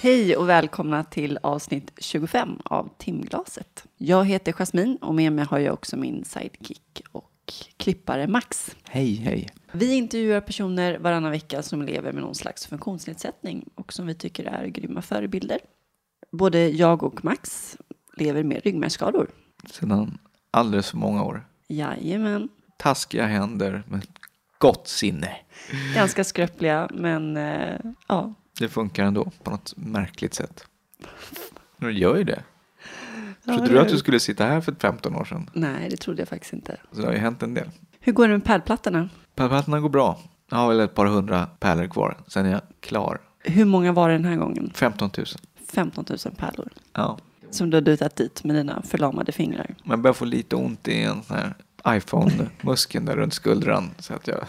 Hej och välkomna till avsnitt 25 av Timglaset. Jag heter Jasmin och med mig har jag också min sidekick och klippare Max. Hej, hej. Vi intervjuar personer varannan vecka som lever med någon slags funktionsnedsättning och som vi tycker är grymma förebilder. Både jag och Max lever med ryggmärgsskador. Sedan alldeles för många år. Jajamän. Taskiga händer med gott sinne. Ganska skröpliga, men ja. Det funkar ändå på något märkligt sätt. Du gör ju det. Trodde du att du skulle sitta här för 15 år sedan? Nej, det trodde jag faktiskt inte. Så det har ju hänt en del. Hur går det med pärlplattorna? Pärlplattorna går bra. Jag har väl ett par 100 pärlor kvar. Sen är jag klar. Hur många var det den här gången? 15 000. 15 000 pärlor. Ja. Som du har dutat dit med dina förlamade fingrar. Man börjar få lite ont i en sån här iPhone-muskeln där runt skuldran. Så att jag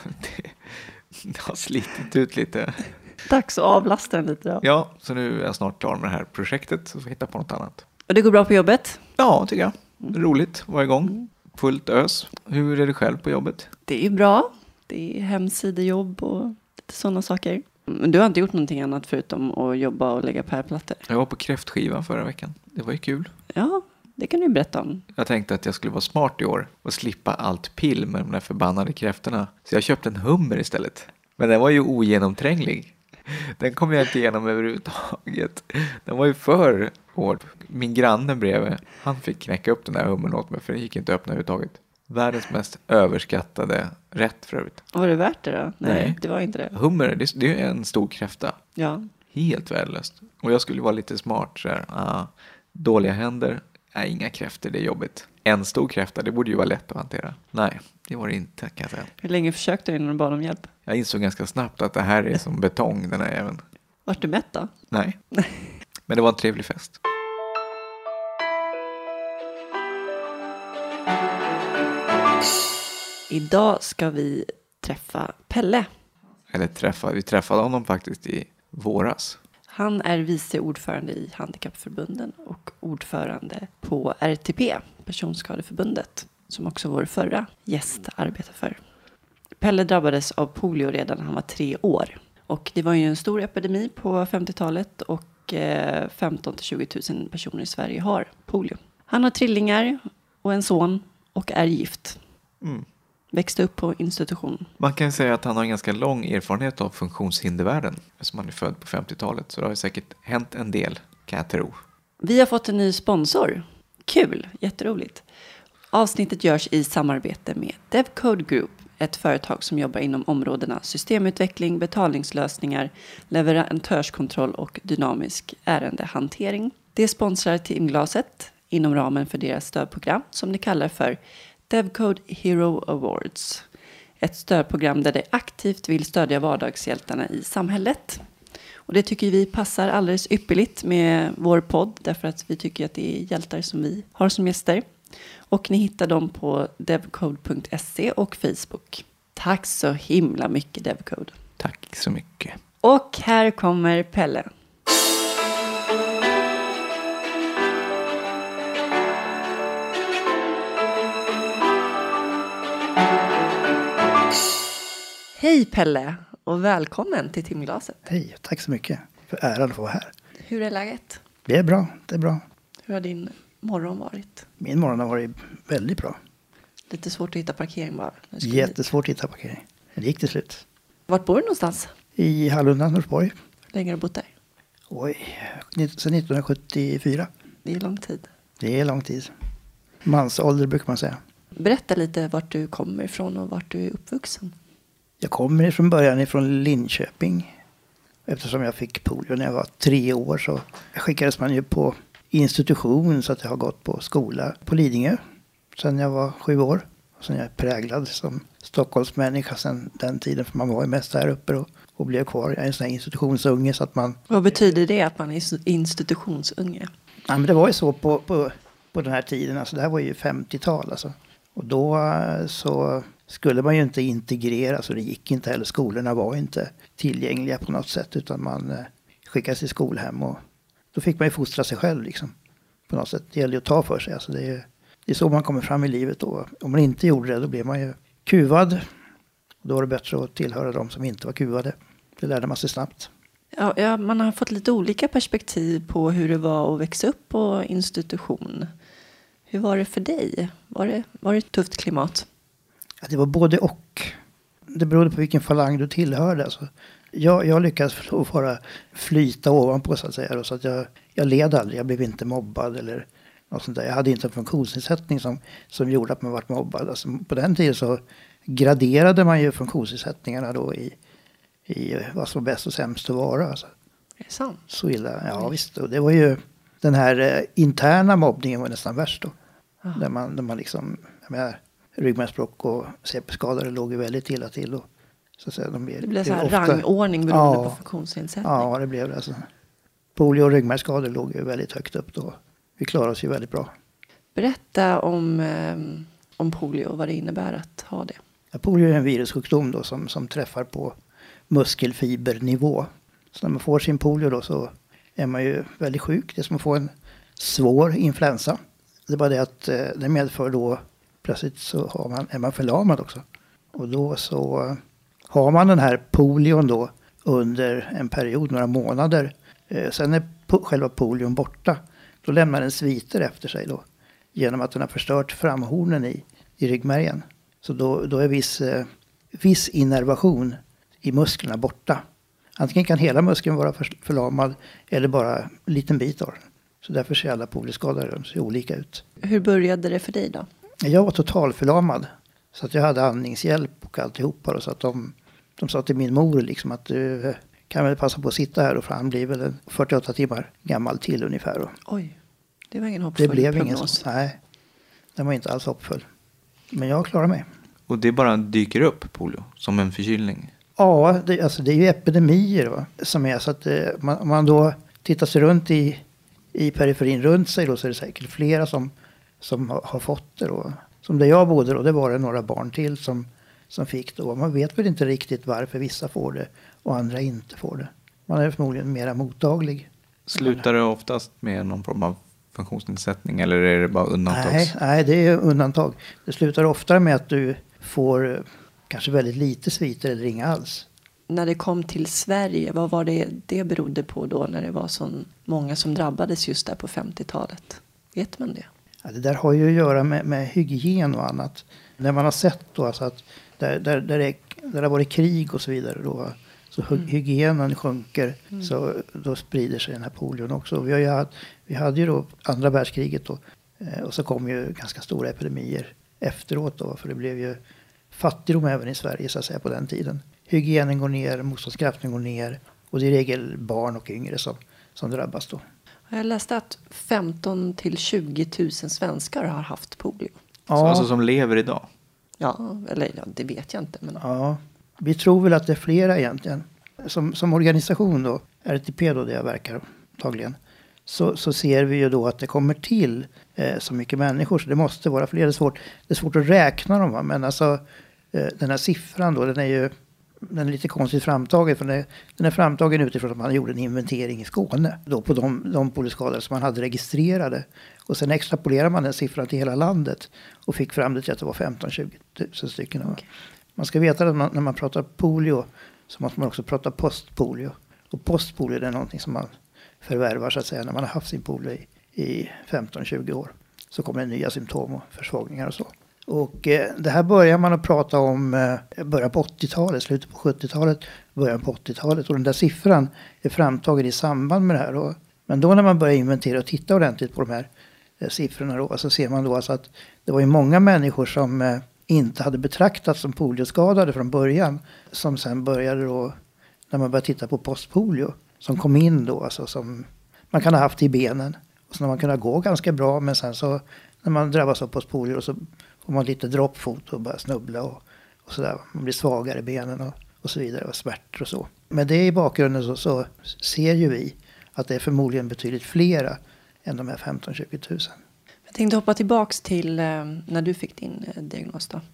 har slitit ut lite. Dags att avlasta den lite då. Ja, så nu är jag snart klar med det här projektet. Så får jag hitta på något annat. Och det går bra på jobbet? Ja, tycker jag. Roligt varje gång. Fullt ös. Hur är det själv på jobbet? Det är ju bra. Det är hemsidejobb och lite sådana saker. Men du har inte gjort någonting annat förutom att jobba och lägga pärlplattor? Jag var på kräftskivan förra veckan. Det var ju kul. Ja, det kan du berätta om. Jag tänkte att jag skulle vara smart i år och slippa allt pill med de där förbannade kräftorna. Så jag köpte en hummer istället. Men den var ju ogenomtränglig. Den kom jag inte igenom överhuvudtaget. Den var ju för hård. Min granne bredvid, han fick knäcka upp den där hummern åt mig för den gick inte att öppna överhuvudtaget. Världens mest överskattade rätt för övrigt. Var det värt det då? Nej. Det var inte det. Hummer, det är en stor kräfta. Ja. Helt värdelöst. Och jag skulle vara lite smart så här. Dåliga händer. Nej, inga kräftor, det är jobbigt. En stor kräfta, det borde ju vara lätt att hantera. Nej, det var det inte kan jag säga. Hur länge försökte du innan du bad om hjälp? Jag insåg ganska snabbt att det här är som betong, den här även. Vart du mätt då? Nej. Men det var en trevlig fest. Idag ska vi träffa Pelle. Vi träffade honom faktiskt i våras. Han är vice ordförande i Handikappförbunden och ordförande på RTP, Personskadeförbundet, som också vår förra gäst arbetar för. Pelle drabbades av polio redan när han var 3 år. Och det var ju en stor epidemi på 50-talet och 15 till 20 000 personer i Sverige har polio. Han har trillingar och en son och är gift. Växte upp på institution. Man kan säga att han har en ganska lång erfarenhet av funktionshindervärlden. Eftersom han är född på 50-talet. Så det har ju säkert hänt en del, kan jag tro. Vi har fått en ny sponsor. Kul, jätteroligt. Avsnittet görs i samarbete med DevCode Group. Ett företag som jobbar inom områdena systemutveckling, betalningslösningar, leverantörskontroll och dynamisk ärendehantering. Det sponsrar Timglaset inom ramen för deras stödprogram som de kallar för DevCode Hero Awards. Ett stödprogram där de aktivt vill stödja vardagshjältarna i samhället. Och det tycker vi passar alldeles ypperligt med vår podd. Därför att vi tycker att det är hjältar som vi har som gäster. Och ni hittar dem på devcode.se och Facebook. Tack så himla mycket DevCode. Tack så mycket. Och här kommer Pelle. Hej Pelle och välkommen till Timglaset. Hej, tack så mycket för äran att få vara här. Hur är läget? Det är bra, det är bra. Hur har din morgon varit? Min morgon har varit väldigt bra. Lite svårt att hitta parkering bara. Jättesvårt att hitta parkering. Det gick till slut. Vart bor du någonstans? I Hallunda, Norsborg. Hur länge har du bott där? Oj, sedan 1974. Det är lång tid. Det är lång tid. Mansålder brukar man säga. Berätta lite vart du kommer ifrån och vart du är uppvuxen. Jag kommer från början ifrån Linköping. Eftersom jag fick polio när jag var 3 år så skickades man ju på institution så att jag har gått på skola på Lidingö. Sen jag var 7 år. Och sen jag är präglad som Stockholmsmänniska sen den tiden. För man var ju mest där uppe och blev kvar. Jag är en sån här institutionsunge så att man... Vad betyder det att man är institutionsunge? Ja, men det var ju så på den här tiden. Alltså, det här var ju 50-tal alltså. Och då så skulle man ju inte integrera så det gick inte heller. Skolorna var inte tillgängliga på något sätt utan man skickades till skolhem och då fick man ju fostra sig själv liksom. På något sätt. Det gäller ju att ta för sig. Alltså, det är så man kommer fram i livet då. Om man inte gjorde det då blev man ju kuvad. Då var det bättre att tillhöra de som inte var kuvade. Det lärde man sig snabbt. Ja, man har fått lite olika perspektiv på hur det var att växa upp på institution. Hur var det för dig? Var det ett tufft klimat? Ja, det var både och. Det berodde på vilken falang du tillhörde. Alltså, jag lyckades bara flyta ovanpå så att säga. Så att jag led aldrig, jag blev inte mobbad eller något sånt där. Jag hade inte en funktionsnedsättning som gjorde att man var mobbad. Alltså, på den tiden så graderade man ju funktionsnedsättningarna då i vad som var bäst och sämst att vara. Alltså. Är det sant? Så illa, ja visst. Och det var ju den här interna mobbningen var nästan värst då. Där man liksom, jag menar, ryggmärgsbråck och CP-skadade låg ju väldigt illa till. Och, så att säga, det blev så här rangordning beroende på funktionsnedsättning. Ja, det blev det. Alltså. Polio och ryggmärgsskador låg ju väldigt högt upp då. Vi klarade oss ju väldigt bra. Berätta om polio och vad det innebär att ha det. Ja, polio är en virussjukdom då som träffar på muskelfibernivå. Så när man får sin polio då så är man ju väldigt sjuk. Det är som att få en svår influensa. Det är bara det att det medför då plötsligt så är man förlamad också. Och då så har man den här polion då under en period, några månader. Sen är själva polion borta. Då lämnar den sviter efter sig då. Genom att den har förstört framhornen i ryggmärgen. Så då är viss innervation i musklerna borta. Antingen kan hela muskeln vara förlamad eller bara en liten bit av den. Så därför ser alla polioskadade ser olika ut. Hur började det för dig då? Jag var totalförlamad. Så att jag hade andningshjälp och alltihopa. Så att de sa till min mor liksom att du kan väl passa på att sitta här. Och han blir väl 48 timmar gammal till ungefär. Då. Oj, det var ingen hoppfull prognos. Det blev prognos. Nej, den var inte alls hoppfull. Men jag klarar mig. Och det bara dyker upp polio som en förkylning? Ja, det är ju epidemier va, som är så att om man då tittar sig runt i periferin runt sig då så är det säkert flera som har fått det då. Som där jag bodde då, det var det några barn till som fick det. Och man vet väl inte riktigt varför vissa får det och andra inte får det. Man är förmodligen mera mottaglig. Slutar det oftast med någon form av funktionsnedsättning eller är det bara undantag? Nej, det är undantag. Det slutar ofta med att du får kanske väldigt lite sviter eller inga alls. När det kom till Sverige, vad var det berodde på då när det var så många som drabbades just där på 50-talet? Vet man det? Ja, det där har ju att göra med hygien och annat. När man har sett då alltså att där det har varit krig och så vidare då, så hygienen sjunker så då sprider sig den här polion också. Vi hade ju då andra världskriget då, och så kom ju ganska stora epidemier efteråt då, för det blev ju fattigdom även i Sverige så att säga på den tiden. Hygienen går ner, motståndskraften går ner och det är i regel barn och yngre som drabbas då. Jag läste att 15 till 20 000 svenskar har haft polio. Ja. Alltså som lever idag? Ja, det vet jag inte. Men... Ja, vi tror väl att det är flera egentligen. Som organisation då, RTP då där jag verkar tagligen, så ser vi ju då att det kommer till så mycket människor så det måste vara fler. Det är svårt att räkna dem va? Men alltså den här siffran då, den är lite konstigt framtagen för den är framtagen utifrån att man gjorde en inventering i Skåne då på de polioskador som man hade registrerade och sen extrapolerar man den siffran till hela landet och fick fram det till att det var 15-20 000 stycken. Okay. Man ska veta att när man pratar polio så måste man också prata postpolio och postpolio är någonting som man förvärvar så att säga när man har haft sin polio i 15-20 år. Så kommer det nya symptom och försvagningar och så. Och det här börjar man att prata om början på 80-talet, slutet på 70-talet, början på 80-talet. Och den där siffran är framtagen i samband med det här. Men då när man börjar inventera och titta ordentligt på de här siffrorna då, så ser man då alltså att det var ju många människor som inte hade betraktats som polioskadade från början. Som sen började då, när man började titta på postpolio, som kom in då, alltså som man kan ha haft i benen. Och så när man kunde gå ganska bra, men sen så när man drabbas av postpolio så får man lite droppfot och börjar snubbla och sådär. Man blir svagare i benen och så vidare och smärtor och så. Men det i bakgrunden så ser ju vi att det är förmodligen betydligt flera än de här 15-20 000. Jag tänkte hoppa tillbaks till när du fick din diagnos då.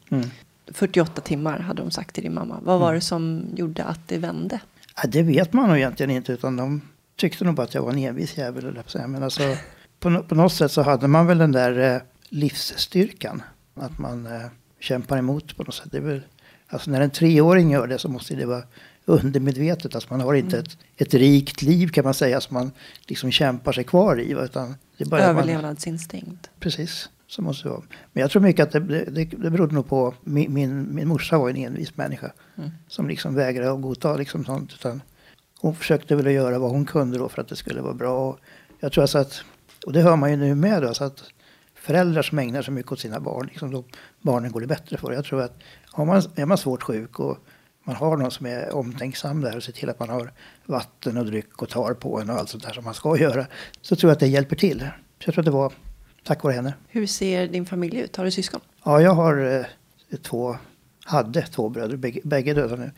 48 timmar hade de sagt till din mamma. Vad var det som gjorde att det vände? Ja, det vet man nog egentligen inte utan de tyckte nog bara att jag var en envis jävel. Eller så. Men alltså, på något sätt så hade man väl den där livsstyrkan. Att man kämpar emot på något sätt. Det är väl Alltså när en 3-åring gör det så måste det vara undermedvetet. Alltså man har inte ett rikt liv kan man säga som man liksom kämpar sig kvar i. Utan det är bara överlevnadsinstinkt. Precis, så måste det vara. Men jag tror mycket att det berodde nog på min morsa var en envis människa. Som liksom vägrade att godta liksom sånt. Utan hon försökte väl göra vad hon kunde då för att det skulle vara bra. Och jag tror alltså att, och det hör man ju nu med då, så att föräldrar som ägnar sig mycket åt sina barn, liksom då barnen går det bättre för. Jag tror att är man svårt sjuk och man har någon som är omtänksam där och ser till att man har vatten och dryck och tar på en och allt sånt där som man ska göra, så tror jag att det hjälper till. Så jag tror att det var tack vare henne. Hur ser din familj ut? Har du syskon? Ja, jag har hade två bröder, bägge döda nu.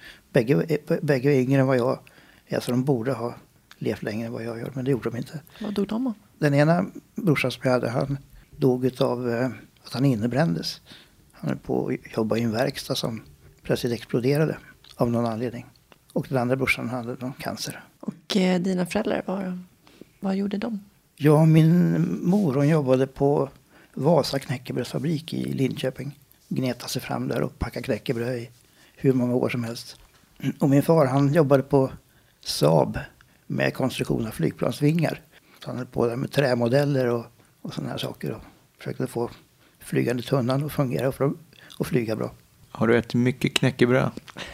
Bägge är yngre än vad jag är, så de borde ha levt längre än vad jag gör, men det gjorde de inte. Vad dog de av? Den ena brorsan som jag hade, han dog av att han innebrändes. Han höll på att jobba i en verkstad som plötsligt exploderade av någon anledning. Och den andra brorsan hade någon cancer. Och dina föräldrar, vad gjorde de? Ja, min mor hon jobbade på Vasa knäckebrödsfabrik i Linköping. Gnetade sig fram där och packade knäckebröd i hur många år som helst. Och min far han jobbade på Saab med konstruktion av flygplansvingar. Så han höll på där med trämodeller och sådana här saker. Och försökte få flygande tunnan att fungera och flyga bra. Har du ätit mycket knäckebröd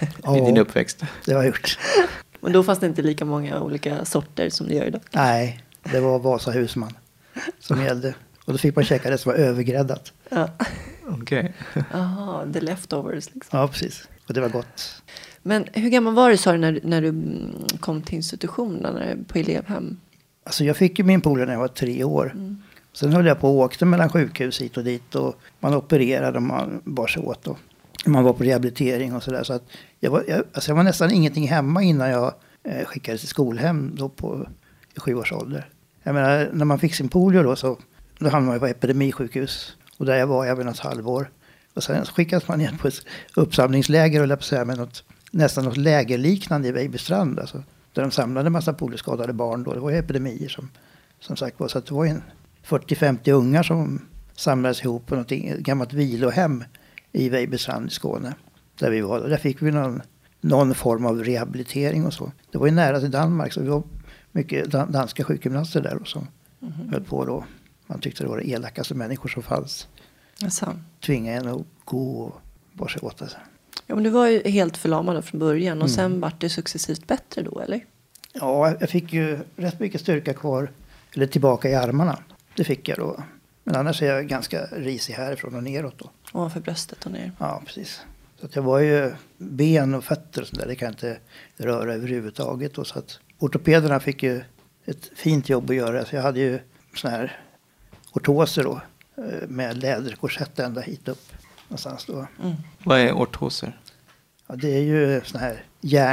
i din uppväxt? Det har jag gjort. Men då fanns det inte lika många olika sorter som det gör idag? Nej, det var Vasa husman som gällde. Och då fick man käka det som var övergräddat. Ja. Okej. Jaha, the leftovers liksom. Ja, precis. Och det var gott. Men hur gammal var du, sa du, när du kom till institutionen på elevhem? Alltså jag fick ju min polare när jag var 3 år. Sen höll jag på och åkte mellan sjukhus hit och dit. Och man opererade och man bar sig åt. Och man var på rehabilitering och sådär. Så att jag var nästan ingenting hemma innan jag skickades till skolhem då på 7 års ålder. Jag menar, när man fick sin polio då hamnade man på epidemisjukhus. Och där jag var väl något halvår. Och sen skickades man igen på ett uppsamlingsläger och läpp säga med nästan något lägerliknande i Vejbystrand. Alltså, där de samlade en massa polioskadade barn då. Det var ju epidemier som sagt var. Så att det var ju 40-50 ungar som samlades ihop på något gammalt vilohem i Vejbystrand i Skåne. Där vi var. Där fick vi någon form av rehabilitering och så. Det var ju nära till Danmark så vi var mycket danska sjukgymnaster där och som höll på då. Man tyckte det var det elakaste människor som fanns. Alltså. Tvinga en att gå och bara sig åt det. Ja, men du var ju helt förlamad från början och sen var det successivt bättre då, eller? Ja, jag fick ju rätt mycket styrka kvar, eller tillbaka i armarna. Det fick jag då. Men annars är jag ganska risig härifrån och neråt då. Ovanför bröstet och ner. Ja, precis. Så att jag var ju ben och fötter och sådär, det kan jag inte röra överhuvudtaget. Och så att ortopederna fick ju ett fint jobb att göra. Så jag hade ju såna här ortoser då, med läderkorsett ända hit upp. Någonstans då. Vad är ortoser? Ja, det är ju såna här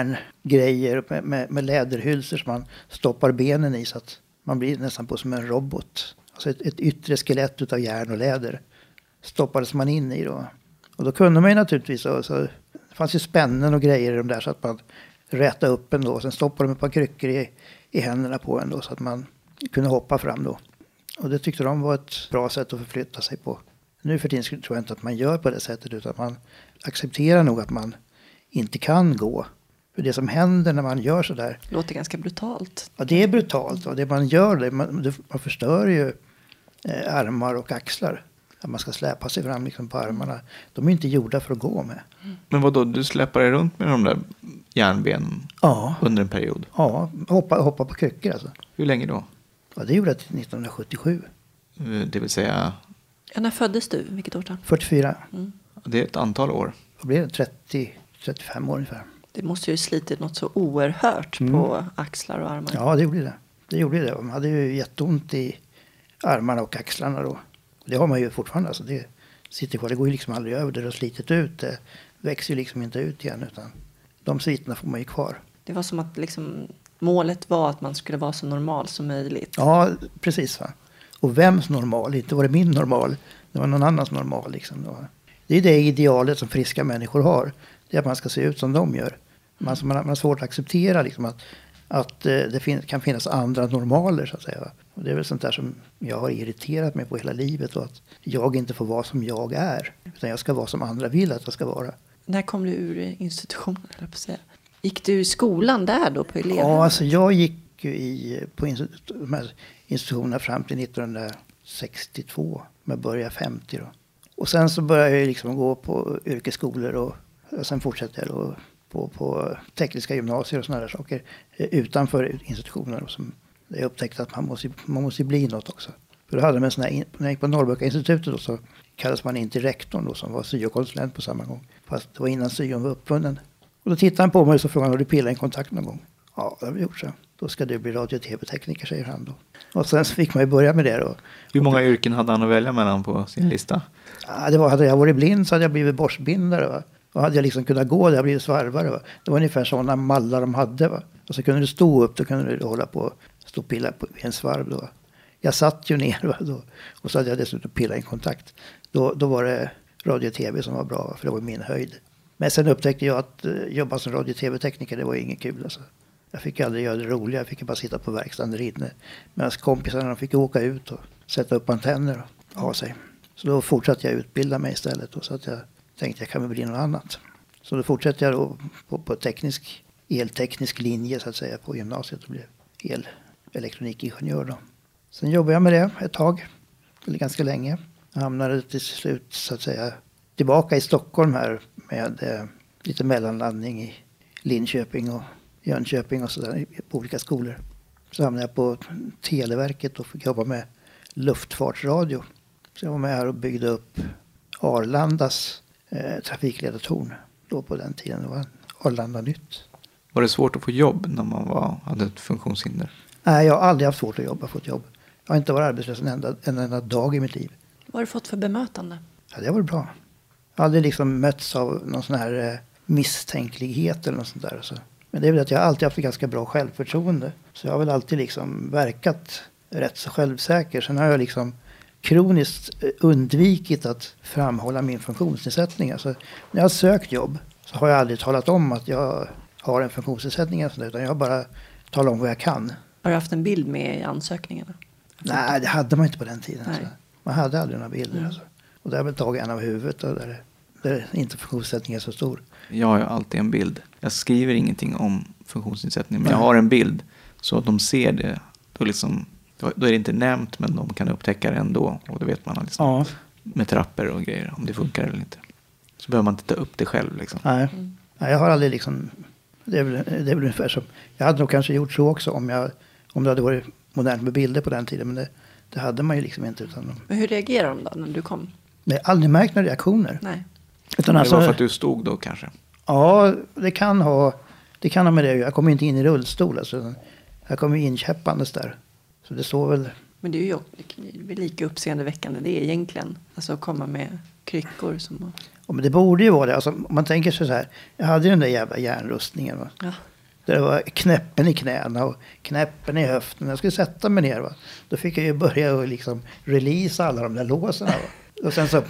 järngrejer med läderhylsor som man stoppar benen i så att man blir nästan på som en robot. Alltså ett yttre skelett utav järn och läder stoppades man in i då. Och då kunde man ju naturligtvis, så det fanns ju spännen och grejer i de där så att man rätade upp en då. Sen stoppade de ett par kryckor i händerna på en då så att man kunde hoppa fram då. Och det tyckte de var ett bra sätt att förflytta sig på. Nu för tiden tror jag inte att man gör på det sättet utan man accepterar nog att man inte kan gå. För det som händer när man gör sådär. Låter ganska brutalt. Ja, det är brutalt. Och det man gör, man förstör ju armar och axlar. Att man ska släpa sig fram liksom på armarna. De är inte gjorda för att gå med. Men vadå, du släpar dig runt med de där järnbenen under en period? Ja, hoppa på kryckor alltså. Hur länge då? Ja, det gjorde jag till 1977. Det vill säga? Ja, när föddes du? Vilket årtal? 44. Det är ett antal år. Då blev det 30-35 år ungefär. Det måste ju slitit något så oerhört på axlar och armar. Ja, det gjorde det. Det gjorde det. Man hade ju jätteont i armarna och axlarna då. Det har man ju fortfarande. Alltså det sitter kvar. Det går ju liksom aldrig över. Det har slitit ut. Det växer ju liksom inte ut igen. Utan de sviterna får man ju kvar. Det var som att liksom, målet var att man skulle vara så normal som möjligt. Ja, precis va. Och vems normal? Inte var det min normal. Det var någon annans normal liksom. Det är det idealet som friska människor har. Det är att man ska se ut som de gör. Man har svårt att acceptera liksom att det kan finnas andra normaler så att säga. Och det är väl sånt där som jag har irriterat mig på hela livet. Och att jag inte får vara som jag är. Utan jag ska vara som andra vill att jag ska vara. När kom du ur institutionen, eller på att säga? Gick du i skolan där då på elevhem? Ja, alltså jag gick ju på de här institutionerna fram till 1962. Men började 50 då. Och sen så började jag liksom gå på yrkesskolor och sen fortsatte jag då på tekniska gymnasier och sådana där saker utanför institutioner. Och som jag upptäckte att man måste bli något också. För då hade man när jag gick på Norrbacka institutet då, så kallades man in till rektorn då, som var syokonsulent på samma gång. Fast det var innan syon var uppfunnen. Och då tittade han på mig och så frågade han: har du pillat in kontakt någon gång? Ja, det har vi gjort så. Då ska du bli radio- och tv-tekniker, säger han då. Och sen så fick man ju börja med det då. Hur många yrken hade han att välja mellan på sin lista? Ja, hade jag varit blind så hade jag blivit borstbindare. Va? Och hade jag liksom kunnat gå, hade jag blivit svarvare. Va? Det var ungefär sådana mallar de hade. Va? Och så kunde du stå upp, då kunde du hålla på stå och pilla på en svarv. Då. Jag satt ju ner då, och så hade jag dessutom pillat in kontakt. Då var det radio och tv som var bra, va? För det var min höjd. Men sen upptäckte jag att jobba som radio- och tv-tekniker, det var inget kul. Alltså. Jag fick aldrig göra det roliga, jag fick bara sitta på verkstaden där inne. Medan kompisarna fick åka ut och sätta upp antenner och ha sig. Så då fortsatte jag utbilda mig istället. Och så att jag tänkte jag kan väl bli något annat. Så då fortsatte jag då på elteknisk linje så att säga på gymnasiet och blev elektronikingenjör då. Sen jobbade jag med det ett tag, eller ganska länge. Jag hamnade till slut så att säga tillbaka i Stockholm här med lite mellanlandning i Linköping och Jönköping och sådär på olika skolor. Så hamnade jag på Televerket och fick jobba med luftfartsradio. Så jag var med här och byggde upp Arlandas trafikledartorn då på den tiden. Det var Arlanda Nytt. Var det svårt att få jobb när man hade ett funktionshinder? Nej, jag har aldrig haft svårt att få ett jobb. Jag har inte varit arbetslös en enda dag i mitt liv. Vad har du fått för bemötande? Ja, det var bra. Jag har aldrig liksom mötts av någon sån här misstänklighet eller något sånt där. Så. Men det är väl att jag alltid haft ett ganska bra självförtroende. Så jag har väl alltid liksom verkat rätt så självsäker. Sen har jag liksom kroniskt undvikit att framhålla min funktionsnedsättning. Alltså, när jag har sökt jobb så har jag aldrig talat om att jag har en funktionsnedsättning. Utan jag har bara talat om vad jag kan. Har du haft en bild med i ansökningarna? Nej, det hade man inte på den tiden. Nej. Alltså. Man hade aldrig några bilder. Alltså. Och där har väl tagit en av huvudet där inte funktionsnedsättningen är så stor. Jag har ju alltid en bild. Jag skriver ingenting om funktionsnedsättning, men jag har en bild så att de ser det. Då är det inte nämnt, men de kan upptäcka det ändå. Och då vet man liksom, med trappor och grejer om det funkar eller inte. Så behöver man inte ta upp det själv. Liksom. Nej, jag har aldrig liksom... Det är väl ungefär som... Jag hade nog kanske gjort så också om det hade varit modernt med bilder på den tiden. Men det hade man ju liksom inte. Men hur reagerar de då när du kom? Jag har aldrig märkt några reaktioner. Nej. Utan det alltså, var för att du stod då kanske? Ja, det kan ha med det. Jag kommer inte in i rullstol. Alltså. Jag kommer inkäppandes där. Så det står väl... Men det är ju lika uppseendeväckande det är egentligen. Alltså att komma med kryckor som... Ja, men det borde ju vara det. Alltså, om man tänker sig så här. Jag hade ju den där jävla järnrustningen. Va? Ja. Där det var knäppen i knäna och knäppen i höften. När jag skulle sätta mig ner. Va? Då fick jag ju börja och liksom releasa alla de där låsen. Va? Och sen så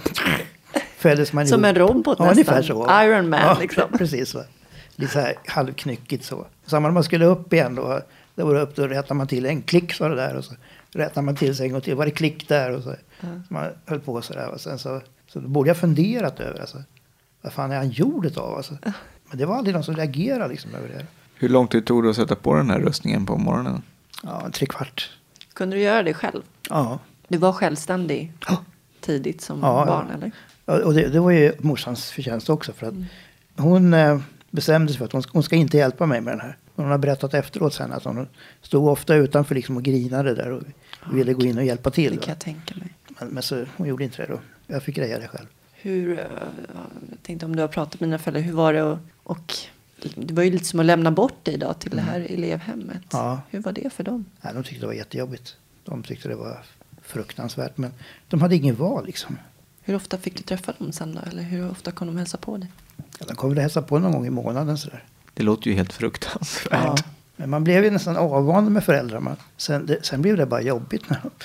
föddes man som en robot nästan. Ungefär så. Iron Man liksom. Precis. Va? Lite så här halvknyckigt så. Samma när man skulle upp igen då. Då var det upp, då rättade man till en klick så var det där. Och så rättade man till sig en gång till. Var det klick där och så. Så man höll på så där. Och sen så då borde jag funderat över. Alltså, vad fan är han gjort av? Alltså. Men det var aldrig någon som reagerade liksom över det. Hur lång tid tog det att sätta på den här rustningen på morgonen? Ja, 3/4. Kunde du göra det själv? Ja. Du var självständig tidigt som barn, eller? Ja, och det var ju morsans förtjänst också. För att hon bestämde sig för att hon ska inte hjälpa mig med den här. Hon har berättat efteråt sen att hon stod ofta utanför liksom och grinade där och ville gå in och hjälpa till. Det kan jag tänka mig. Men så hon gjorde inte det då. Jag fick greja det själv. Jag tänkte om du har pratat med dina föräldrar, hur var det och det var ju lite som att lämna bort dig då till det här elevhemmet. Ja. Hur var det för dem? Ja, de tyckte det var jättejobbigt. De tyckte det var fruktansvärt, men de hade ingen val liksom. Hur ofta fick du träffa dem sen då? Eller hur ofta kom de hälsa på dig? Ja, de kom väl hälsa på någon gång i månaden sådär. Det låter ju helt fruktansvärt. Ja, men man blev ju nästan avvan med föräldrar. Sen blev det bara jobbigt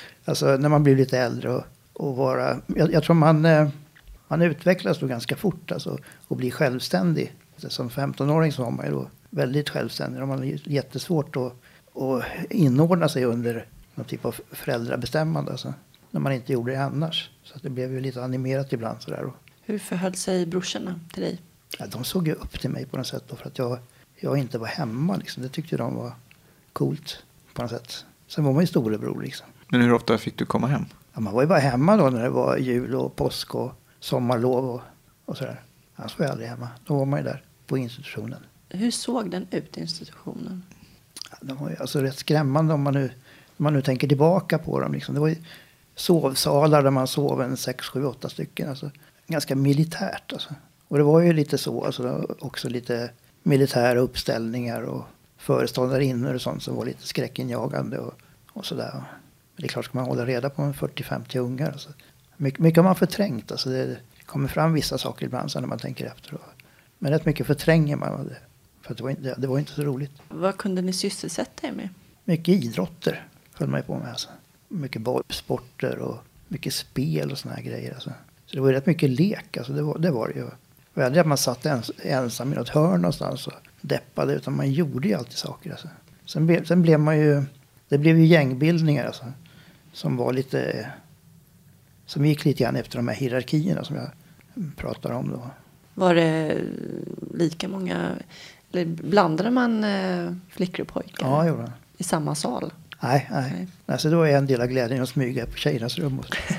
när man blev lite äldre och vara... Jag tror man utvecklas då ganska fort alltså, och blir självständig. Som 15-åring så var man ju då väldigt självständig. Och man är jättesvårt att inordna sig under någon typ av föräldrabestämmande. Alltså, när man inte gjorde det annars. Så att det blev ju lite animerat ibland sådär. Hur förhöll sig brorsorna till dig? Ja, de såg ju upp till mig på något sätt då, för att jag inte var hemma. Liksom. Det tyckte de var coolt på något sätt. Sen var man ju storebror liksom. Men hur ofta fick du komma hem? Ja, man var ju bara hemma då när det var jul och påsk och sommarlov och sådär. Annars var jag aldrig hemma. Då var man ju där på institutionen. Hur såg den ut, institutionen? Ja, de var ju alltså rätt skrämmande om man nu tänker tillbaka på dem. Liksom. Det var ju sovsalar där man sov en 6, 7, 8 stycken. Alltså, ganska militärt. Alltså. Och det var ju lite så. Alltså, också lite militära uppställningar och föreståndarinnor och sånt som var lite skräckinjagande och sådär. Det är klart, ska man hålla reda på 40-50 ungar. Alltså. Mycket har man förträngt. Alltså det kommer fram vissa saker ibland så när man tänker efter. Men rätt mycket förtränger man. För att det var inte så roligt. Vad kunde ni sysselsätta er med? Mycket idrotter höll man ju på med. Alltså. Mycket bollsporter och mycket spel och såna här grejer. Alltså. Så det var ju rätt mycket lek. Alltså det var det ju. Det var aldrig att man satt ensam i något hörn någonstans och deppade. Utan man gjorde ju alltid saker. Alltså. Sen blev man ju... Det blev ju gängbildningar alltså, som var lite... Som gick lite grann efter de här hierarkierna som jag pratar om då. Var det lika många... Eller blandade man flickor och pojkar? Ja, gjorde man. I samma sal? Nej. Så det var en del av glädjen att smyga på tjejernas rum.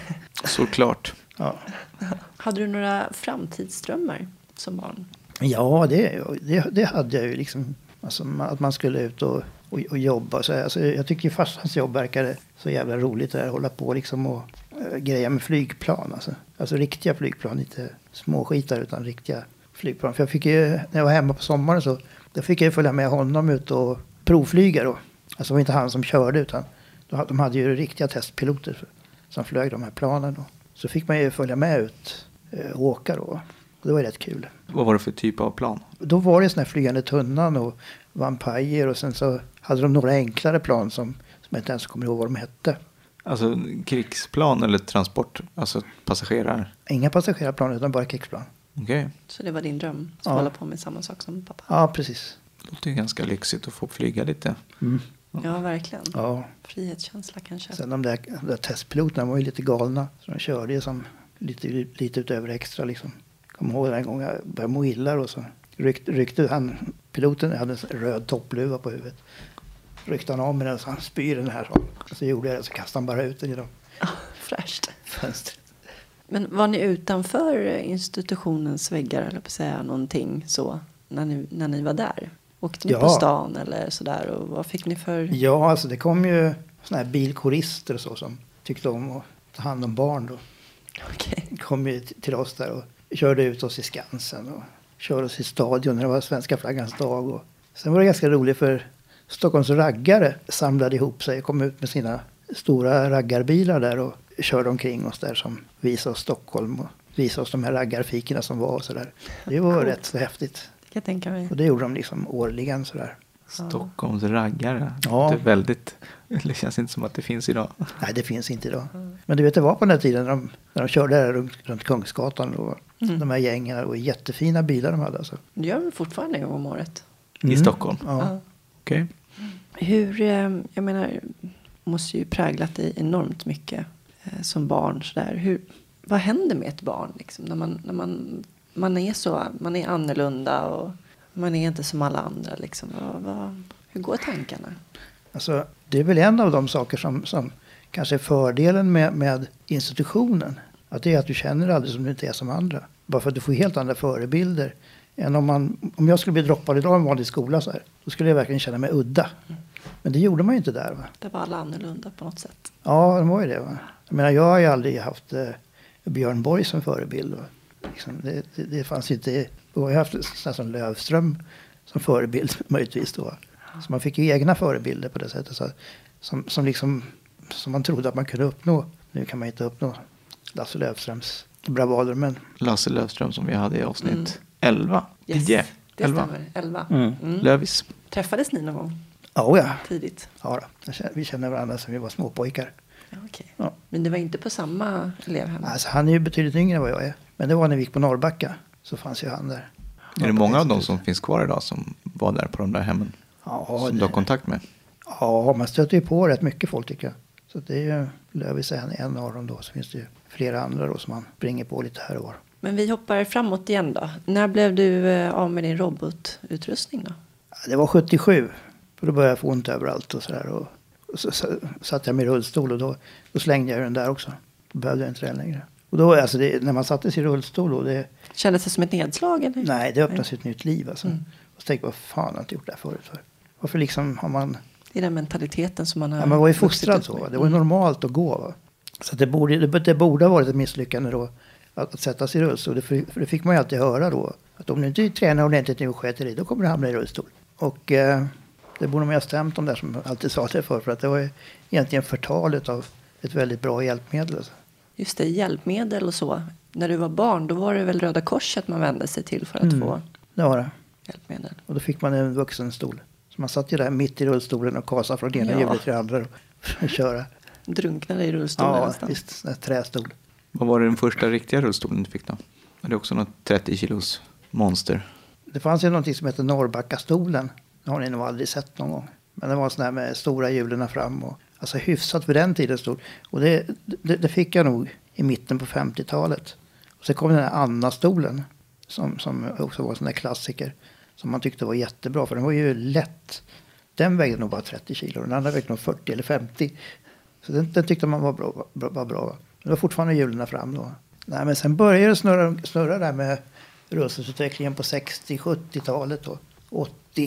Såklart. Ja. Hade du några framtidsdrömmar som barn? Ja, det hade jag ju liksom. Alltså, att man skulle ut och jobba. Så, alltså, jag tycker ju farsans jobb verkade så jävla roligt där. Hålla på liksom och greja med flygplan. Alltså riktiga flygplan, inte småskitar utan riktiga flygplan. För jag fick ju, när jag var hemma på sommaren så då fick jag följa med honom ut och provflyga då. Alltså det var inte han som körde utan de hade ju riktiga testpiloter som flög de här planen då. Så fick man ju följa med ut och åka då. Och det var ju rätt kul. Vad var det för typ av plan? Då var det sån här flygande tunnan och vampyrer och sen så hade de några enklare plan som jag inte ens kommer ihåg vad de hette. Alltså krigsplan eller transport? Alltså passagerare? Inga passagerarplan utan bara krigsplan. Okej. Så det var din dröm? Att hålla på med samma sak som pappa? Ja, precis. Det låter ju ganska lyxigt att få flyga lite. Mm. Ja, verkligen. Ja. Frihetskänsla kanske. Sen de där testpiloterna var ju lite galna. Så de körde ju som lite utöver extra liksom. Kommer ihåg en gång jag började må illa och så ryckte piloten hade en röd toppluva på huvudet. Ryckte han av med den så han spyr den här så gjorde jag det så kastade han bara ut den genom Fräscht. fönstret. Men var ni utanför institutionens väggar eller på att säga någonting så när ni var där? Åkte ni på stan eller sådär och vad fick ni för... Ja, alltså det kom ju såna här bilkorister och så som tyckte om att ta hand om barn då. Okej. Kom ju till oss där och körde ut oss i Skansen och körde oss i stadion när det var svenska flaggans dag. Och sen var det ganska roligt för Stockholms raggare samlade ihop sig och kom ut med sina stora raggarbilar där och körde omkring oss där som visade oss Stockholm och visade oss de här raggarfikerna som var och sådär. Det var rätt så häftigt. Det kan jag tänka mig. Och det gjorde de liksom årligen sådär. Stockholms raggare. Ja. Det är väldigt... Det känns inte som att det finns idag. Nej, det finns inte idag. Men du vet, det var på den här tiden när de körde där runt Kungsgatan och de här gängen och jättefina bilar de hade. Alltså. Det gör de fortfarande en gång om året. I Stockholm? Ja. Okej. Hur, jag menar, måste ju präglat dig enormt mycket som barn. Sådär. Vad händer med ett barn liksom, när man är annorlunda och man är inte som alla andra liksom. Hur går tankarna? Alltså, det är väl en av de saker som kanske är fördelen med institutionen. Att det är att du känner aldrig som du inte är som andra. Bara för att du får helt andra förebilder. Än om jag skulle bli droppad idag i en vanlig skola så här, då skulle jag verkligen känna mig udda. Men det gjorde man ju inte där, va? Det var alla annorlunda på något sätt. Ja, det var ju det, va? Jag menar, jag har ju aldrig haft Björn Borg som förebild. Va? Liksom, det fanns inte... Jag har haft nästan Löfström som förebild möjligtvis då. Så man fick ju egna förebilder på det sättet. Så, som man trodde att man kunde uppnå. Nu kan man inte uppnå Lasse Löfströms bravader, men... Lasse Löfström som vi hade i avsnitt 11. Yes, 10. det 11. Stämmer. 11. Lövis. Träffades ni någon gång? Ja. Tidigt? Ja, vi känner varandra som vi var småpojkar. Ja, okay. Ja. Men det var inte på samma elevhem? Alltså, han är ju betydligt yngre än vad jag är. Men det var när vi gick på Norrbacka. Så fanns ju han där. Är det många av dem som finns kvar idag som var där på de där hemmen? Ja, som du har kontakt med? Ja, man stöter ju på rätt mycket folk tycker jag. Så det är ju Lövis en av dem då. Så finns det ju flera andra då som man springer på lite här och var. Men vi hoppar framåt igen då. När blev du av med din robotutrustning då? Det var 77. För då började jag få ont överallt och sådär. Och så satt jag med i rullstol och då slängde jag den där också. Då behövde jag inte den längre. Och då, alltså när man satte sig i rullstol och det... Kändes det som ett nedslag? Eller? Nej, det öppnas ett nytt liv alltså. Och så tänkte jag, vad fan har jag inte gjort det här förut för? Varför liksom har man... Det är den mentaliteten som man har... Ja, man var ju fostrad så. Det var normalt att gå. Va? Så det borde ha varit ett misslyckande då. Att sätta sig i rullstol. För det fick man ju alltid höra då. Att om du inte tränar ordentligt nu och sköter dig, då kommer du hamna i rullstol. Och det borde man ju ha stämt om där som alltid sa det för att det var ju egentligen förtalet av ett väldigt bra hjälpmedel. Alltså. Just det, hjälpmedel och så. När du var barn, då var det väl Röda Korset man vände sig till för att få det var det. Hjälpmedel. Och då fick man en vuxenstol. Så man satt ju där mitt i rullstolen och kasade från det ena hjulet till det andra och köra. Drunknade i rullstolen nästan. Ja, visst. En trästol. Vad var det den första riktiga rullstolen du fick då? Var det också något 30 kilos monster? Det fanns ju någonting som heter Norrbackastolen. Det har ni nog aldrig sett någon gång. Men det var sån här med stora hjulen fram. Och, alltså hyfsat för den tiden stod. Och det fick jag nog i mitten på 50-talet. Och så kom den här Anna-stolen. Som också var en sån där klassiker. Som man tyckte var jättebra. För den var ju lätt. Den vägde nog bara 30 kilo. Den andra vägde nog 40 eller 50. Så den tyckte man var bra. Men det var fortfarande hjulen fram då. Nej, men sen började det snurra där med rullstolsutvecklingen på 60-70-talet då. 80.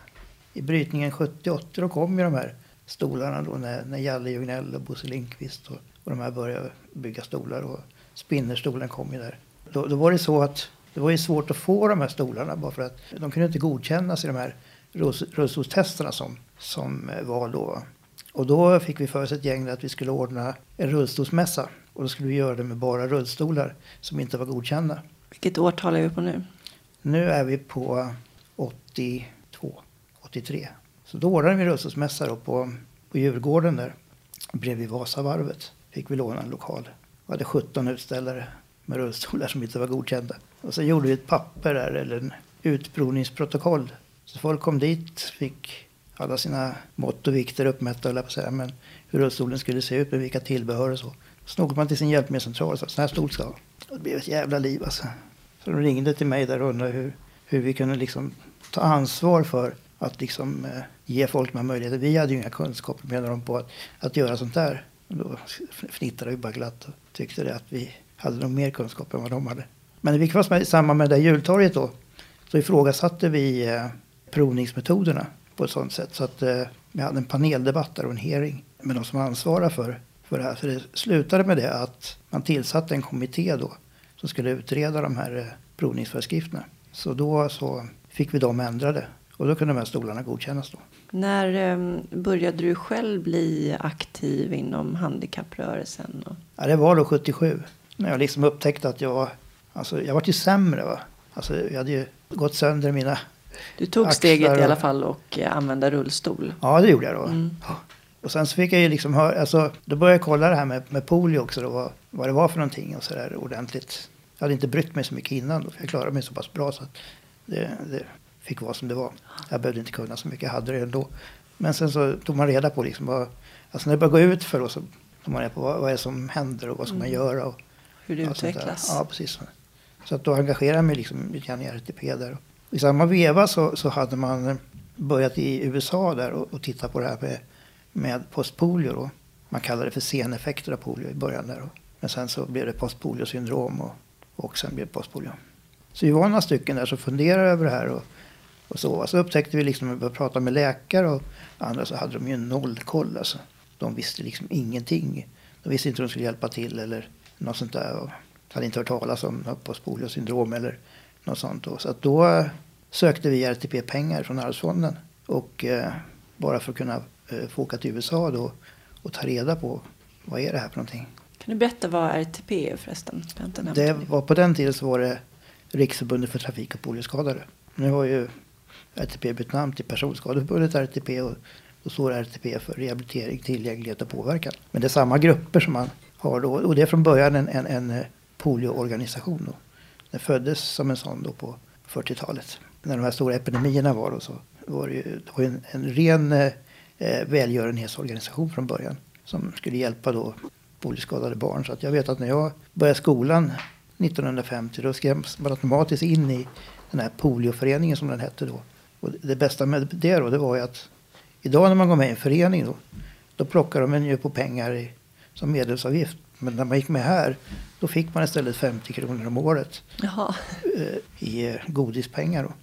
I brytningen 70-80 då kom ju de här stolarna då när Jalle Jugnell och Bosse Lindqvist och de här började bygga stolar och spinnerstolen kom ju där. Då var det så att det var ju svårt att få de här stolarna bara för att de kunde inte godkännas i de här rullstolstesterna som var då. Och då fick vi för oss ett gäng att vi skulle ordna en rullstolsmässa. Och då skulle vi göra det med bara rullstolar som inte var godkända. Vilket årtal är vi på nu? Nu är vi på 83. Så då ordnade vi en rullstolsmässa då på Djurgården där. Bredvid Vasavarvet fick vi låna en lokal. Vi hade 17 utställare med rullstolar som inte var godkända. Och så gjorde vi ett papper där, eller en utprovningsprotokoll. Så folk kom dit, fick alla sina mått och vikter uppmätta, eller på säga, men hur rullstolen skulle se ut med vilka tillbehör och så. Så åkte man till sin hjälpmedelscentral och sa, sån här stol ska ha. Och det blev ett jävla liv alltså. Så de ringde till mig där och undrade hur vi kunde liksom ta ansvar för att liksom ge folk de här möjligheter. Vi hade ju inga kunskaper med dem på att göra sånt där. Och då fnittade vi bara glatt och tyckte det att vi hade nog mer kunskap än vad de hade. Men när vi var samma med det jultorget då, så ifrågasatte vi provningsmetoderna på ett sånt sätt. Så att vi hade en paneldebatt där och en hearing med de som ansvarar för det här. Så det slutade med det att man tillsatte en kommitté då som skulle utreda de här provningsföreskrifterna. Så då så fick vi dem ändrade. Och då kunde de här stolarna godkännas då. När började du själv bli aktiv inom handikapprörelsen? Ja, det var då 77. När jag liksom upptäckte att jag var till sämre. Va? Alltså, jag hade ju gått sönder mina Du tog steget i alla fall och använda rullstol. Ja, det gjorde jag då. Mm. Och sen så fick jag ju liksom höra, alltså, då började jag kolla det här med polio också då, vad det var för någonting och sådär ordentligt. Jag hade inte brytt mig så mycket innan då, för jag klarade mig så pass bra så att det fick vara som det var. Jag behövde inte kunna så mycket, jag hade det ändå. Men sen så tog man reda på liksom alltså när det började gå ut för oss så tog man reda på vad är det som händer och vad ska man göra. Och, hur det utvecklas. Ja, precis. Så att då engagerade jag mig liksom lite grann i RTP där. I samma veva så hade man börjat i USA där och titta på det här med postpolio då. Man kallade det för seneffekter av polio i början där. Men sen så blev det postpoliosyndrom och sen blev det postpolio. Så vi var några stycken där som funderade över det här och så. Så upptäckte vi liksom att vi pratade med läkare och andra så hade de ju noll koll alltså. De visste liksom ingenting. De visste inte hur de skulle hjälpa till eller något sånt där. Och hade inte hört talas om postpoliosyndrom eller något sånt då. Så att då sökte vi RTP-pengar från Arvsfonden och bara för att kunna få åka till USA då och ta reda på vad är det här för någonting. Kan du berätta vad RTP är förresten? Det var på den tiden så var det Riksförbundet för trafik- och polioskadade. Nu har ju RTP bytt namn till Personskadeförbundet RTP och står RTP för rehabilitering, tillgänglighet och påverkan. Men det är samma grupper som man har då och det är från början en polioorganisation då. Den föddes som en sån då på 40-talet. När de här stora epidemierna var då så var det ju en ren välgörenhetsorganisation från början som skulle hjälpa då polioskadade barn. Så att jag vet att när jag började skolan 1950. Då skrevs man automatiskt in i den här polioföreningen som den hette då. Och det bästa med det då, det var ju att idag när man går med i en förening då plockar de en ju på pengar som medlemsavgift. Men när man gick med här, då fick man istället 50 kronor om året. Jaha. I godispengar då.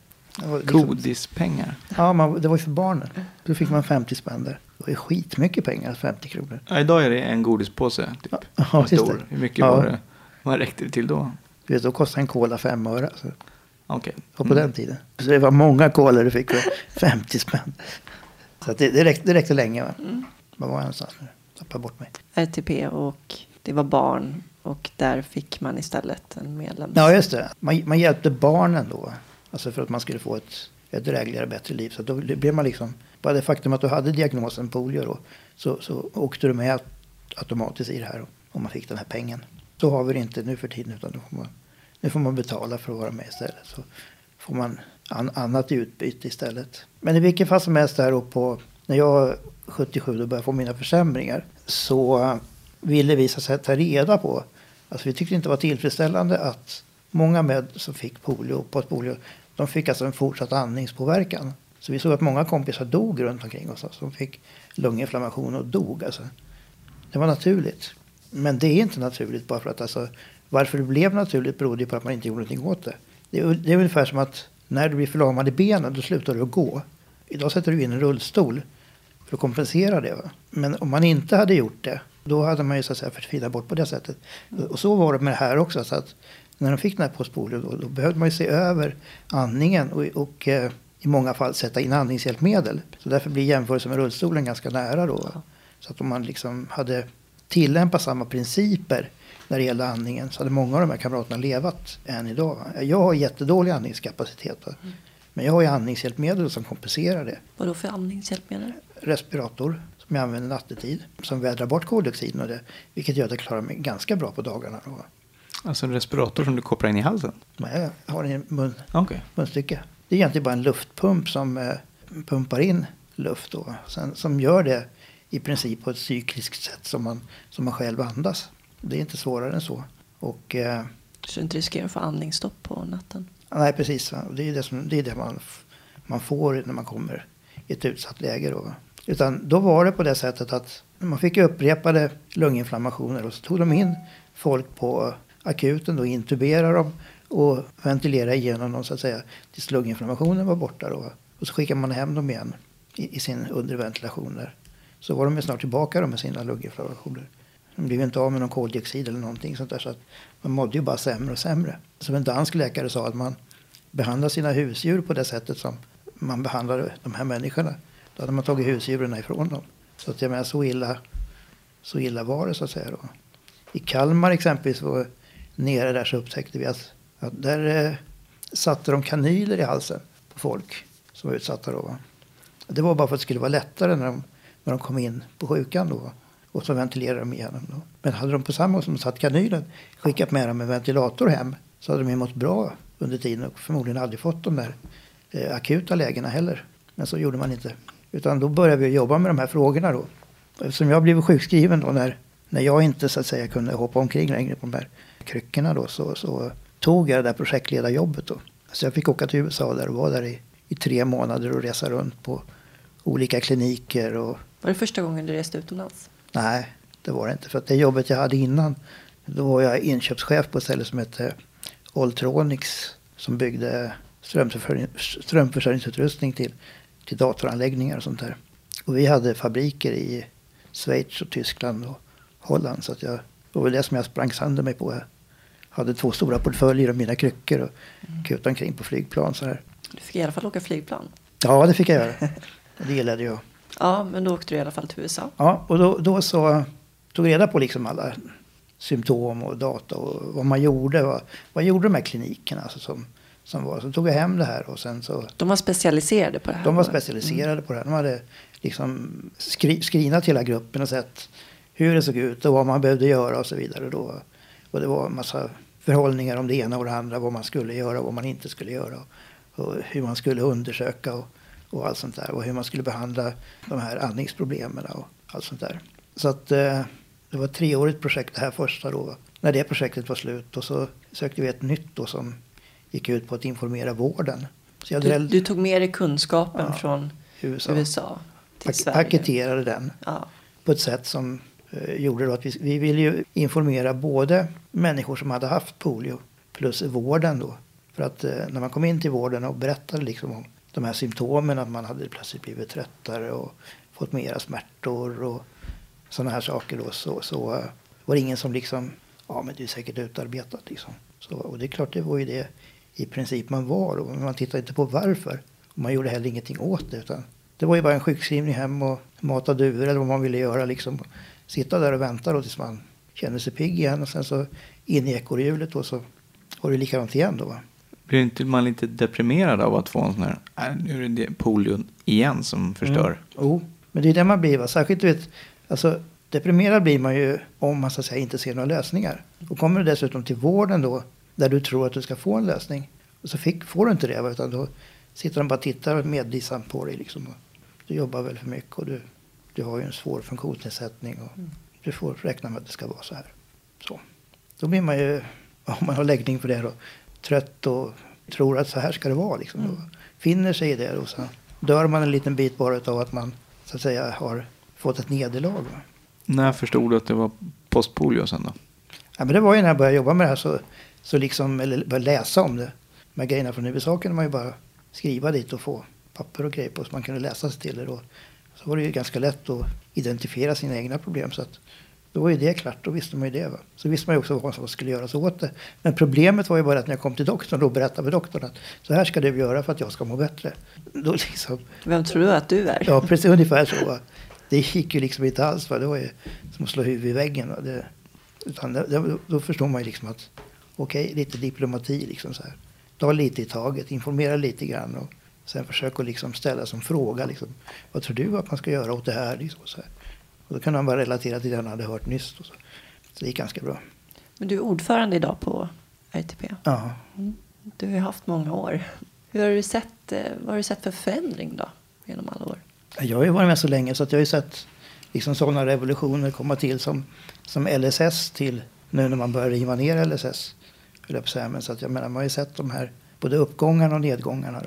Godispengar? Ja, det var ju för barnen. Då fick man 50 spänn där. Det var ju skitmycket pengar, 50 kronor. Ja, idag är det en godispåse. Typ. Ja, just det. Hur mycket var det? Vad räckte det till då? Du vet, då kostade en cola 5 öre. Så. Okej. Och på den tiden. Så det var många kolor du fick för 50 spänn. Så att det räckte länge. Va? Vad var jag någonstans nu? Tappade bort mig. RTP och det var barn. Och där fick man istället en medlem. Ja, just det. Man hjälpte barnen då. Alltså för att man skulle få ett drägligare, bättre liv. Så då blev man liksom... Bara det faktum att du hade diagnosen polio då. Så åkte du med automatiskt i det här. Om man fick den här pengen. Så har vi det inte nu för tiden. Utan nu får man betala för att vara med istället. Så får man annat i utbyte istället. Men i vilken fall som helst där då när jag 77 då började få mina försämringar. Så ville vi så att ta reda på. Alltså vi tyckte inte det var tillfredsställande att många som fick postpolio, de fick alltså en fortsatt andningspåverkan. Så vi såg att många kompisar dog runt omkring oss. Som fick lunginflammation och dog. Alltså. Det var naturligt. Men det är inte naturligt bara för att alltså, varför det blev naturligt berodde på att man inte gjorde någonting åt det. Det är ungefär som att när du blir förlamad i benen då slutar du att gå. Idag sätter du in en rullstol för att kompensera det. Va? Men om man inte hade gjort det då hade man ju så att säga förtvinat bort på det sättet. Och så var det med det här också. Så att när de fick den här postpolio då behövde man ju se över andningen och i många fall sätta in andningshjälpmedel. Så därför blir jämförelsen med rullstolen ganska nära då. Va? Så att om man liksom hade tillämpat samma principer när det gäller andningen så hade många av de här kamraterna levat än idag. Va? Jag har jättedålig andningskapacitet. Va? Men jag har ju andningshjälpmedel som kompenserar det. Vad då för andningshjälpmedel? Respirator som jag använder nattetid. Som vädrar bort koldioxiden och det. Vilket gör att jag klarar mig ganska bra på dagarna. Då. Alltså en respirator som du kopplar in i halsen? Nej, jag har en munstycke. Det är egentligen bara en luftpump som pumpar in luft. Då. Sen, som gör det i princip på ett cykliskt sätt som man själv andas. Det är inte svårare än så. Och, så du inte riskerar att få andningsstopp på natten? Nej, precis. Va? Det är det man får när man kommer i ett utsatt läge. Då. Utan då var det på det sättet att man fick upprepade lunginflammationer och så tog de in folk på akuten och intuberade dem och ventilerade igenom dem så att säga tills lunginflammationen var borta. Då. Och så skickade man hem dem igen i sin underventilation där. Så var de snart tillbaka då med sina lunginflammationer. De blev inte av med någon koldioxid eller någonting sånt där så att man mådde ju bara sämre och sämre. Som en dansk läkare sa att man behandlar sina husdjur på det sättet som man behandlade de här människorna. Då hade man tagit husdjuren ifrån dem. Så att jag menar så illa var det så att säga då. I Kalmar exempelvis var nere där så upptäckte vi att där satte de kanyler i halsen på folk som var utsatta då. Va? Det var bara för att det skulle vara lättare när de kom in på sjukan då. Och så ventilerade de igenom då. Men hade de på samma som satt kanylen skickat med dem en ventilator hem så hade de mått bra under tiden och förmodligen aldrig fått de där akuta lägena heller. Men så gjorde man inte. Utan då började vi jobba med de här frågorna då. Eftersom jag blev sjukskriven då när jag inte så att säga kunde hoppa omkring längre på de här kryckorna då så tog jag det där projektledarjobbet då. Så jag fick åka till USA där och var där i 3 månader och resa runt på olika kliniker. Och... Var det första gången du reste utomlands? Nej, det var det inte. För att det jobbet jag hade innan, då var jag inköpschef på ett ställe som hette Alltronics som byggde strömförsörjningsutrustning till datoranläggningar och sånt där. Och vi hade fabriker i Schweiz och Tyskland och Holland. Så att det var det som jag sprang sönder mig på. Jag hade 2 stora portföljer och mina kryckor och kutade omkring på flygplan. Så här. Du fick i alla fall åka flygplan? Ja, det fick jag göra. Det gillade jag. Ja, men då åkte du i alla fall till USA. Ja, och då så tog jag reda på liksom alla symptom och data och vad man gjorde. Vad gjorde de här klinikerna alltså som var. Så tog jag hem det här och sen så... De var specialiserade på det här? De var specialiserade på det här. De hade liksom skrinat hela gruppen och sett hur det såg ut och vad man behövde göra och så vidare. Då. Och det var en massa förhållningar om det ena och det andra. Vad man skulle göra och vad man inte skulle göra. Och hur man skulle undersöka och allt sånt där. Och hur man skulle behandla de här andningsproblemen och allt sånt där. Så att det var ett 3-årigt projekt det här första då. när det projektet var slut, och så sökte vi ett nytt då som gick ut på att informera vården. Så du tog med dig kunskapen från USA till Sverige. Paketerade den på ett sätt som gjorde då att vi ville ju informera både människor som hade haft polio plus vården då. För att när man kom in till vården och berättade liksom om de här symptomen, att man hade plötsligt blivit tröttare och fått mera smärtor och sådana här saker då, så var det ingen som liksom, men det är säkert utarbetat liksom. Så, och det är klart, det var ju det i princip man var, och man tittade inte på varför. Och man gjorde heller ingenting åt det, utan det var ju bara en sjukskrivning hem och mata duvor eller vad man ville göra liksom. Sitta där och vänta då tills man känner sig pigg igen, och sen så in i ekorrhjulet och så var det likadant igen då, va? Blir inte man lite deprimerad av att få en sån här, nu är det polion igen som förstör? Men det är det man blir, va? Särskilt du vet, alltså deprimerad blir man ju om man så att säga inte ser några lösningar. Och kommer du dessutom till vården då, där du tror att du ska få en lösning, och så får du inte det, utan då sitter de bara och tittar medlidsamt på dig liksom. Du jobbar väl för mycket, och du har ju en svår funktionsnedsättning, och du får räkna med att det ska vara så här. Så. Då blir man ju, om man har läggning för det då, trött och tror att så här ska det vara liksom. Då finner sig i det, och så dör man en liten bit bara av att man så att säga har fått ett nederlag. Va? När förstod du att det var postpolio sen då? Ja, men det var ju när jag började jobba med det här, så liksom, eller började läsa om det. Med grejerna från USA kunde man ju bara skriva dit och få papper och grejer på, så man kunde läsa sig till det då. Så var det ju ganska lätt att identifiera sina egna problem, så att då var ju det klart, då visste man ju det. Va? Så visste man ju också vad som skulle göras åt det. Men problemet var ju bara att när jag kom till doktorn, då berättade doktorn att så här ska du göra för att jag ska må bättre. Då liksom, vem tror du att du är? Ja, precis ungefär så. Va? Det gick ju liksom inte alls. Va? Det var ju som att slå huvudet i väggen. Va? Då förstår man ju liksom att okej, lite diplomati liksom så här. Ta lite i taget, informera lite grann, och sen försöka liksom ställa som fråga liksom, vad tror du att man ska göra åt det här? Liksom, så här. Och då kan man bara relatera till det han hade hört nyss. Och så det gick ganska bra. Men du är ordförande idag på RTP. Ja. Du har haft många år. Vad har du sett för förändring då genom alla år? Jag har ju varit med så länge, så att jag har ju sett liksom sådana revolutioner komma till som LSS till nu när man börjar riva ner LSS. Men så att jag menar, man har ju sett de här både uppgångarna och nedgångarna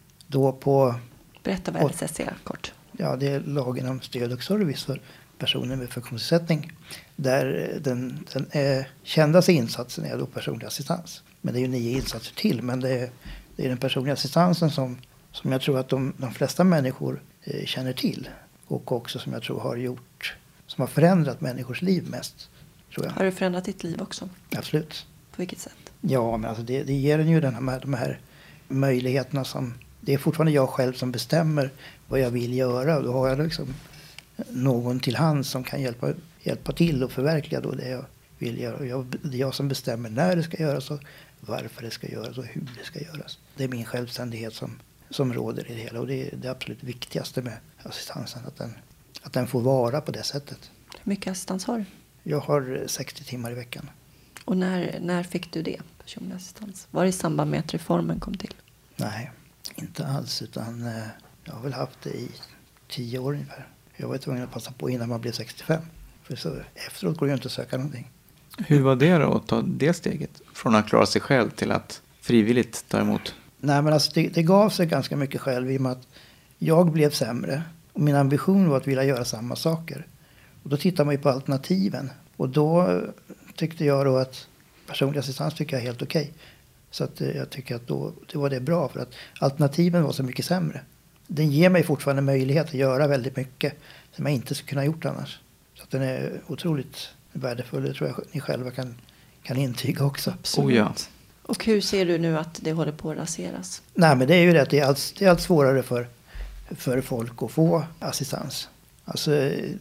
då på... Berätta vad LSS är kort. Ja, det är lagen om stöd och service för personer med funktionsnedsättning. Där den kändaste insatsen är då personlig assistans. Men det är ju 9 insatser till, men det är den personliga assistansen som jag tror att de flesta människor känner till. Och också som jag tror som har förändrat människors liv mest. Tror jag. Har det förändrat ditt liv också? Absolut. På vilket sätt? Ja, men alltså det ger en ju de här möjligheterna som... Det är fortfarande jag själv som bestämmer vad jag vill göra. Och då har jag liksom någon till hand som kan hjälpa till och förverkliga då det jag vill göra. Det är jag som bestämmer när det ska göras och varför det ska göras och hur det ska göras. Det är min självständighet som råder i det hela. Och det är det absolut viktigaste med assistansen. Att den får vara på det sättet. Hur mycket assistans har du? Jag har 60 timmar i veckan. Och när fick du det, personlig assistans? Var det i samband med att reformen kom till? Nej, inte alls. Utan jag har väl haft det i 10 år ungefär. Jag var tvungen att passa på innan man blev 65. För så efteråt går det ju inte att söka någonting. Hur var det då att ta det steget? Från att klara sig själv till att frivilligt ta emot? Nej, men alltså det gav sig ganska mycket själv i och med att jag blev sämre. Och min ambition var att vilja göra samma saker. Och då tittar man ju på alternativen. Och då tyckte jag då att personlig assistans tycker jag är helt okej. Så att jag tycker att då var det bra, för att alternativen var så mycket sämre. Den ger mig fortfarande möjlighet att göra väldigt mycket som jag inte skulle kunna ha gjort annars. Så att den är otroligt värdefull. Det tror jag ni själva kan intyga också. Absolut. Oh ja. Och hur ser du nu att det håller på att raseras? Nej, men det är ju det att det är allt svårare för folk att få assistans. Alltså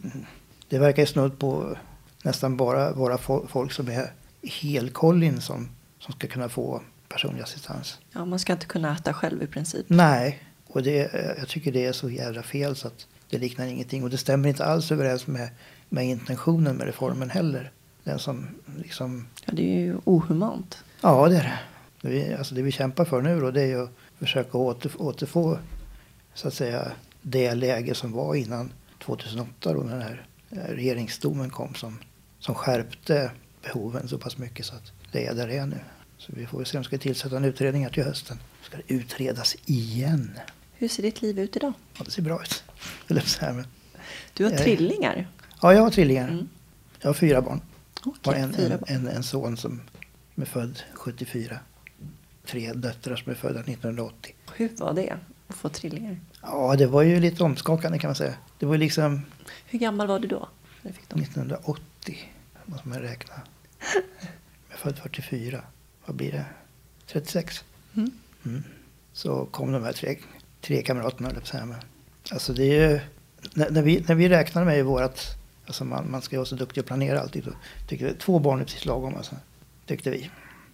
det verkar snudd på nästan bara vara folk som är helkollin som ska kunna få personlig assistans. Ja, man ska inte kunna äta själv i princip. Nej, och jag tycker det är så jävla fel så att det liknar ingenting. Och det stämmer inte alls överens med intentionen med reformen heller. Den som liksom... Ja, det är ju ohumant. Ja, det är det. Det vi kämpar för nu då, det är ju att försöka återfå så att säga det läge som var innan 2008 då när den här regeringsdomen kom som skärpte behoven så pass mycket så att det är där det är nu. Så vi får väl se om vi ska tillsätta en utredning här till hösten. Ska det utredas igen? Hur ser ditt liv ut idag? Ja, det ser bra ut. Eller så här, men, Du har trillingar. ja, jag har trillingar. Mm. Jag har 4 barn. Okej, Och 4 barn. en son som är född 74. 3 döttrar som är födda 1980. Hur var det att få trillingar? Ja, det var ju lite omskakande kan man säga. Det var ju liksom Hur gammal var du då? När du fick dem? 1980. Måste man räkna. Jag är född 44. Vad blir det? 36. Mm. Mm. Så kom de här tre kamraterna. Alltså det är ju, när vi räknade med i vårat, alltså man ska ju vara så duktig att planera alltid. Då tycker vi 2 barn är precis lagom, alltså, tyckte vi.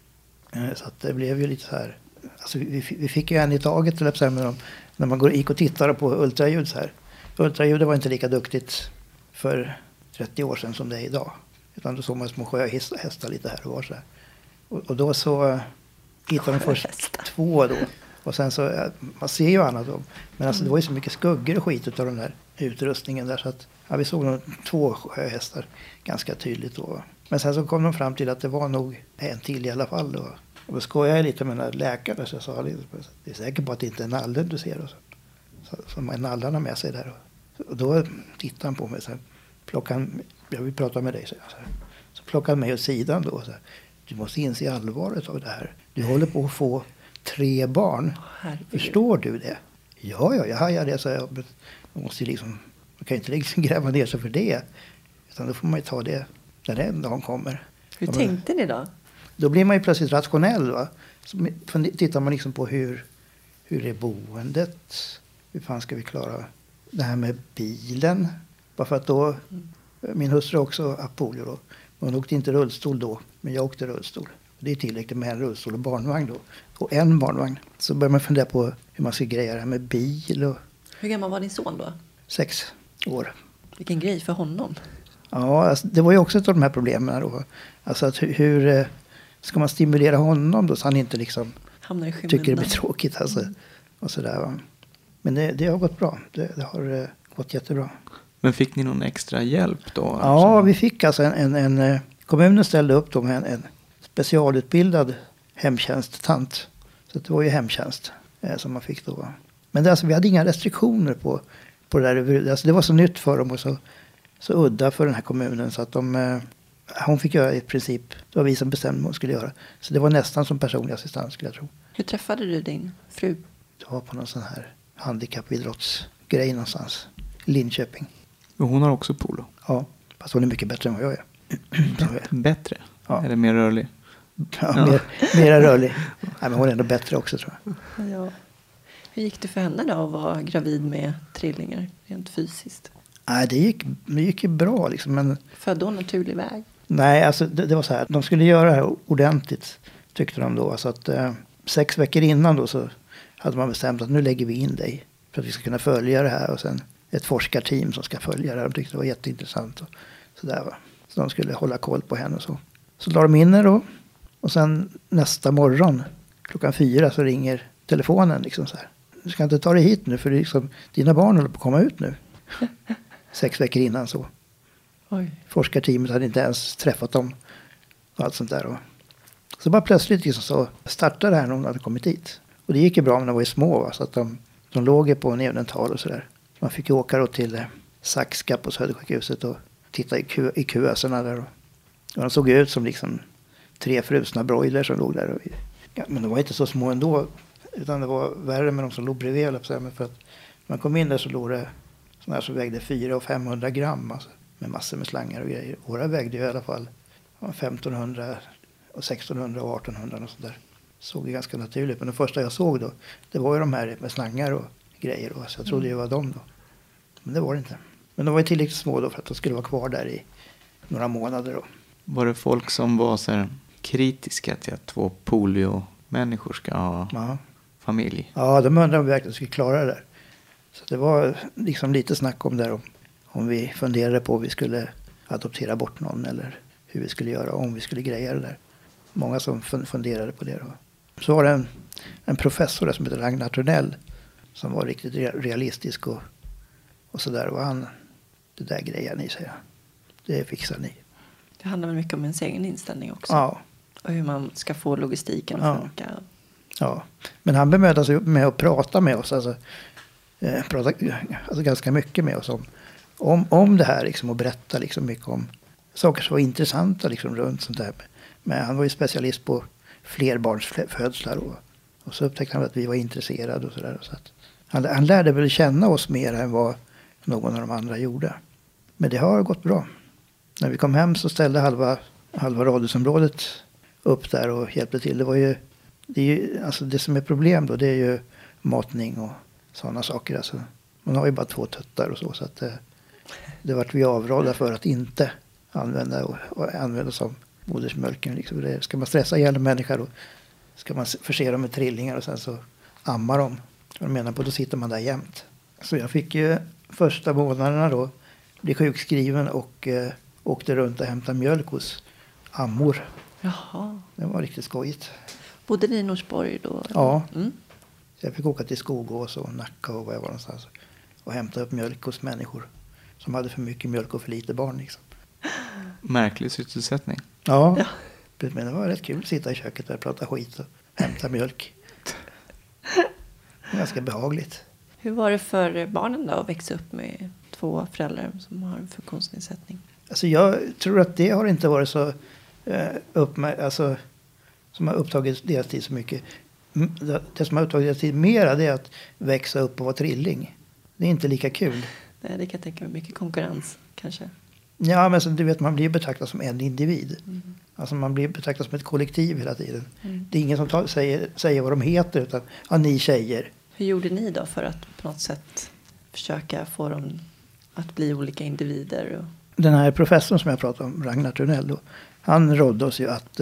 Så att det blev ju lite så här, alltså vi fick ju en i taget med dem, när man gick och tittade på ultraljud så här. Ultraljudet var inte lika duktigt för 30 år sedan som det är idag. Utan då såg man små sjöhästar lite här och var så här. Och då så hittade de först 2 då. Och sen så, man ser ju annat om. Men alltså det var ju så mycket skuggor och skit utav den där utrustningen där. Så att, ja, vi såg nog 2 sjöhästar ganska tydligt då. Men sen så kom de fram till att det var nog en till i alla fall då. Och då skojade jag lite med den här läkaren. Så jag sa, det är säkert på att det inte är nallen du ser. Och så man nallarna med sig där. Och då tittade han på mig så här. Jag vill prata med dig, så jag. Så plockade han mig åt sidan då. Så här, du måste inse allvaret av det här. Du håller på att få 3 barn. Förstår du det? Ja, jag hajar det. Så jag måste liksom, man kan ju inte liksom gräva ner sig för det. Utan då får man ju ta det när den dagen kommer. Hur tänkte ni då? Då blir man ju plötsligt rationell. Va? Så tittar man liksom på hur är boendet? Hur fan ska vi klara det här med bilen? Bara för att då, min hustru också har polio då. Hon åkte inte rullstol då, men jag åkte rullstol. Det är tillräckligt med en rullstol och barnvagn då. Och en barnvagn. Så börjar man fundera på hur man ska greja det här med bil. Och Hur gammal var din son då? 6 år. Vilken grej för honom. Ja, alltså, det var ju också ett av de här problemen då. Alltså att hur ska man stimulera honom då så han inte liksom Hamnar i skymundan. tycker det blir tråkigt alltså. Och sådär, va. Men det har gått bra. Det har gått jättebra. Men fick ni någon extra hjälp då? Ja, vi fick alltså en kommunen ställde upp då med en specialutbildad hemtjänsttant. Så det var ju hemtjänst som man fick då. Men det, alltså, vi hade inga restriktioner på det där. Alltså, det var så nytt för dem och så udda för den här kommunen så att hon fick göra i princip, det var vi som bestämde vad hon skulle göra. Så det var nästan som personlig assistans skulle jag tro. Hur träffade du din fru? Det var på någon sån här handikappidrottsgrej någonstans. Linköping. Och hon har också polo? Ja, fast hon är mycket bättre än vad jag är. Bättre? Ja. Eller mer rörlig? Ja, mera rörlig. Nej, men hon är ändå bättre också tror jag. Ja. Hur gick det för henne då att vara gravid med trillingar rent fysiskt? Nej, det gick ju bra liksom. Men Födde hon naturlig väg? nej, alltså det var så här. De skulle göra det här ordentligt tyckte de då. Så att 6 veckor innan då så hade man bestämt att nu lägger vi in dig. För att vi ska kunna följa det här. Och sen ett forskarteam som ska följa det här. De tyckte det var jätteintressant. Och så där, va. Så de skulle hålla koll på henne och så. Så la de in det då. Och sen nästa morgon klockan 4 så ringer telefonen liksom så här. Du ska inte ta dig hit nu för det är liksom, dina barn håller på att komma ut nu. 6 veckor innan så. Oj. Forskarteamet hade inte ens träffat dem. Och allt sånt där. Och så bara plötsligt liksom så startade det här när de hade kommit dit. Och det gick ju bra men de var ju små. Va? Så att de låg ju på neonatal och sådär. Man fick ju åka då till Saxka på Södersjukhuset och titta i kuvöserna där. Och de såg ut som liksom 3 frusna broiler som låg där. Ja, men de var inte så små ändå. Utan det var värre med de som låg bredvid. Men för att man kom in där så låg det sådana här som vägde 400 och 500 gram. Alltså, med massor med slangar och grejer. Våra vägde ju i alla fall 1500 och 1600 och 1800 och sådär. Såg det ganska naturligt. Men det första jag såg då, det var ju de här med slangar och grejer. Då. Så jag trodde det var dem då. Men det var det inte. Men de var ju tillräckligt små då för att de skulle vara kvar där i några månader då. Var det folk som var så här kritiska till att 2 polio-människor ska ha familj? Ja, de undrade om vi verkligen skulle klara det där. Så det var liksom lite snack om det om vi funderade på om vi skulle adoptera bort någon eller hur vi skulle göra om vi skulle greja det där. Många som funderade på det då. Så var det en professor där som heter Ragnar Törnell som var riktigt realistisk och sådär. Och han, det där grejer ni, säger jag. Det fixar ni. Det handlar väl mycket om ens egen inställning också. Ja. Och hur man ska få logistiken att funka. Ja, men han bemödade sig med att prata med oss. Alltså ganska mycket med oss om det här liksom, och berätta liksom mycket om saker som var intressanta liksom, runt sånt där. Men han var ju specialist på flerbarnsfödslar och så upptäckte han att vi var intresserade och sådär. Så att han lärde väl känna oss mer än vad någon av de andra gjorde. Men det har gått bra. När vi kom hem så ställde halva radhusområdet upp där och hjälpte till. Det är ju alltså det som är problem då, det är ju matning och sådana saker. Alltså, man har ju bara 2 tuttar och så att det vart vi avrådda för att inte använda som modersmjölken. Liksom. Det ska man stressa ihjäl en människa då ska man förse dem med trillingar och sen så ammar dem. Jag menar på, då sitter man där jämt. Så jag fick ju första månaderna då bli sjukskriven och åkte runt och hämtade mjölk hos ammor. Jaha. Det var riktigt skojigt. Bodde ni i Norsborg då? Ja. Mm. Så jag fick åka till Skogås och Nacka och var jag var någonstans. Och hämta upp mjölk hos människor som hade för mycket mjölk och för lite barn. Liksom. Märklig sysselsättning. Ja. Men det var rätt kul att sitta i köket och prata skit och hämta mjölk. Ganska behagligt. Hur var det för barnen då att växa upp med 2 föräldrar som har en funktionsnedsättning? Alltså jag tror att det har inte varit så som har upptagit deras tid så mycket. Det som har upptagit deras tid mera, det är att växa upp och vara trilling. Det är inte lika kul. Nej, det kan jag tänka mig. Mycket konkurrens kanske. Ja, men du vet, man blir betraktad som en individ. Mm. Alltså man blir betraktad som ett kollektiv hela tiden. Mm. Det är ingen som säger vad de heter, utan ni tjejer. Hur gjorde ni då för att på något sätt försöka få dem att bli olika individer? Den här professorn som jag pratade om, Ragnar Thunell då, han rådde oss ju att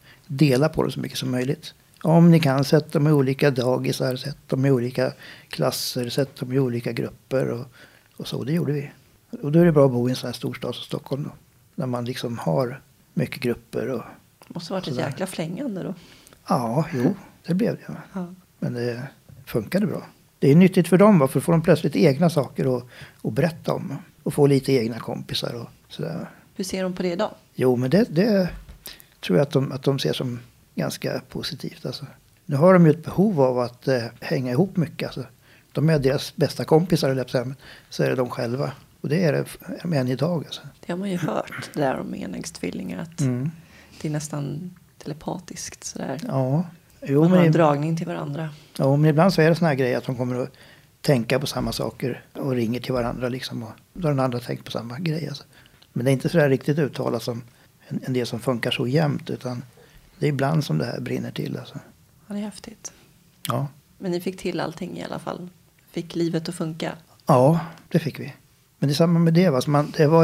dela på det så mycket som möjligt. Om ni kan, sätt dem i olika dagisar, sätt dem i olika klasser, sätt dem i olika grupper och så. Det gjorde vi. Och då är det bra att bo i en sån här storstad som Stockholm då. När man liksom har mycket grupper och... Det måste ha varit ett jäkla flängande då. Ja, jo, det blev det. Ja. Men det funkade bra. Det är nyttigt för dem, för då får de plötsligt egna saker att berätta om. Och få lite egna kompisar och sådär. Hur ser de på det idag? Jo, men det tror jag att de ser som ganska positivt. Alltså. Nu har de ju ett behov av att hänga ihop mycket. Alltså. De är deras bästa kompisar, eller så är det de själva. Och det är det än idag. Alltså. Det har man ju hört, det där om enäggstvillingar. Att det är nästan telepatiskt sådär. Ja. Jo, man har en dragning till varandra. Ja, men ibland så är det såna här grejer att de kommer att tänka på samma saker och ringer till varandra. Liksom, och då har den andra tänkt på samma grej. Alltså. Men det är inte så där riktigt uttalat som en del som funkar så jämnt, utan det är ibland som det här brinner till. Alltså. Ja, det är häftigt. Ja. Men ni fick till allting i alla fall? Fick livet att funka? Ja, det fick vi. Men det är samma med det. Alltså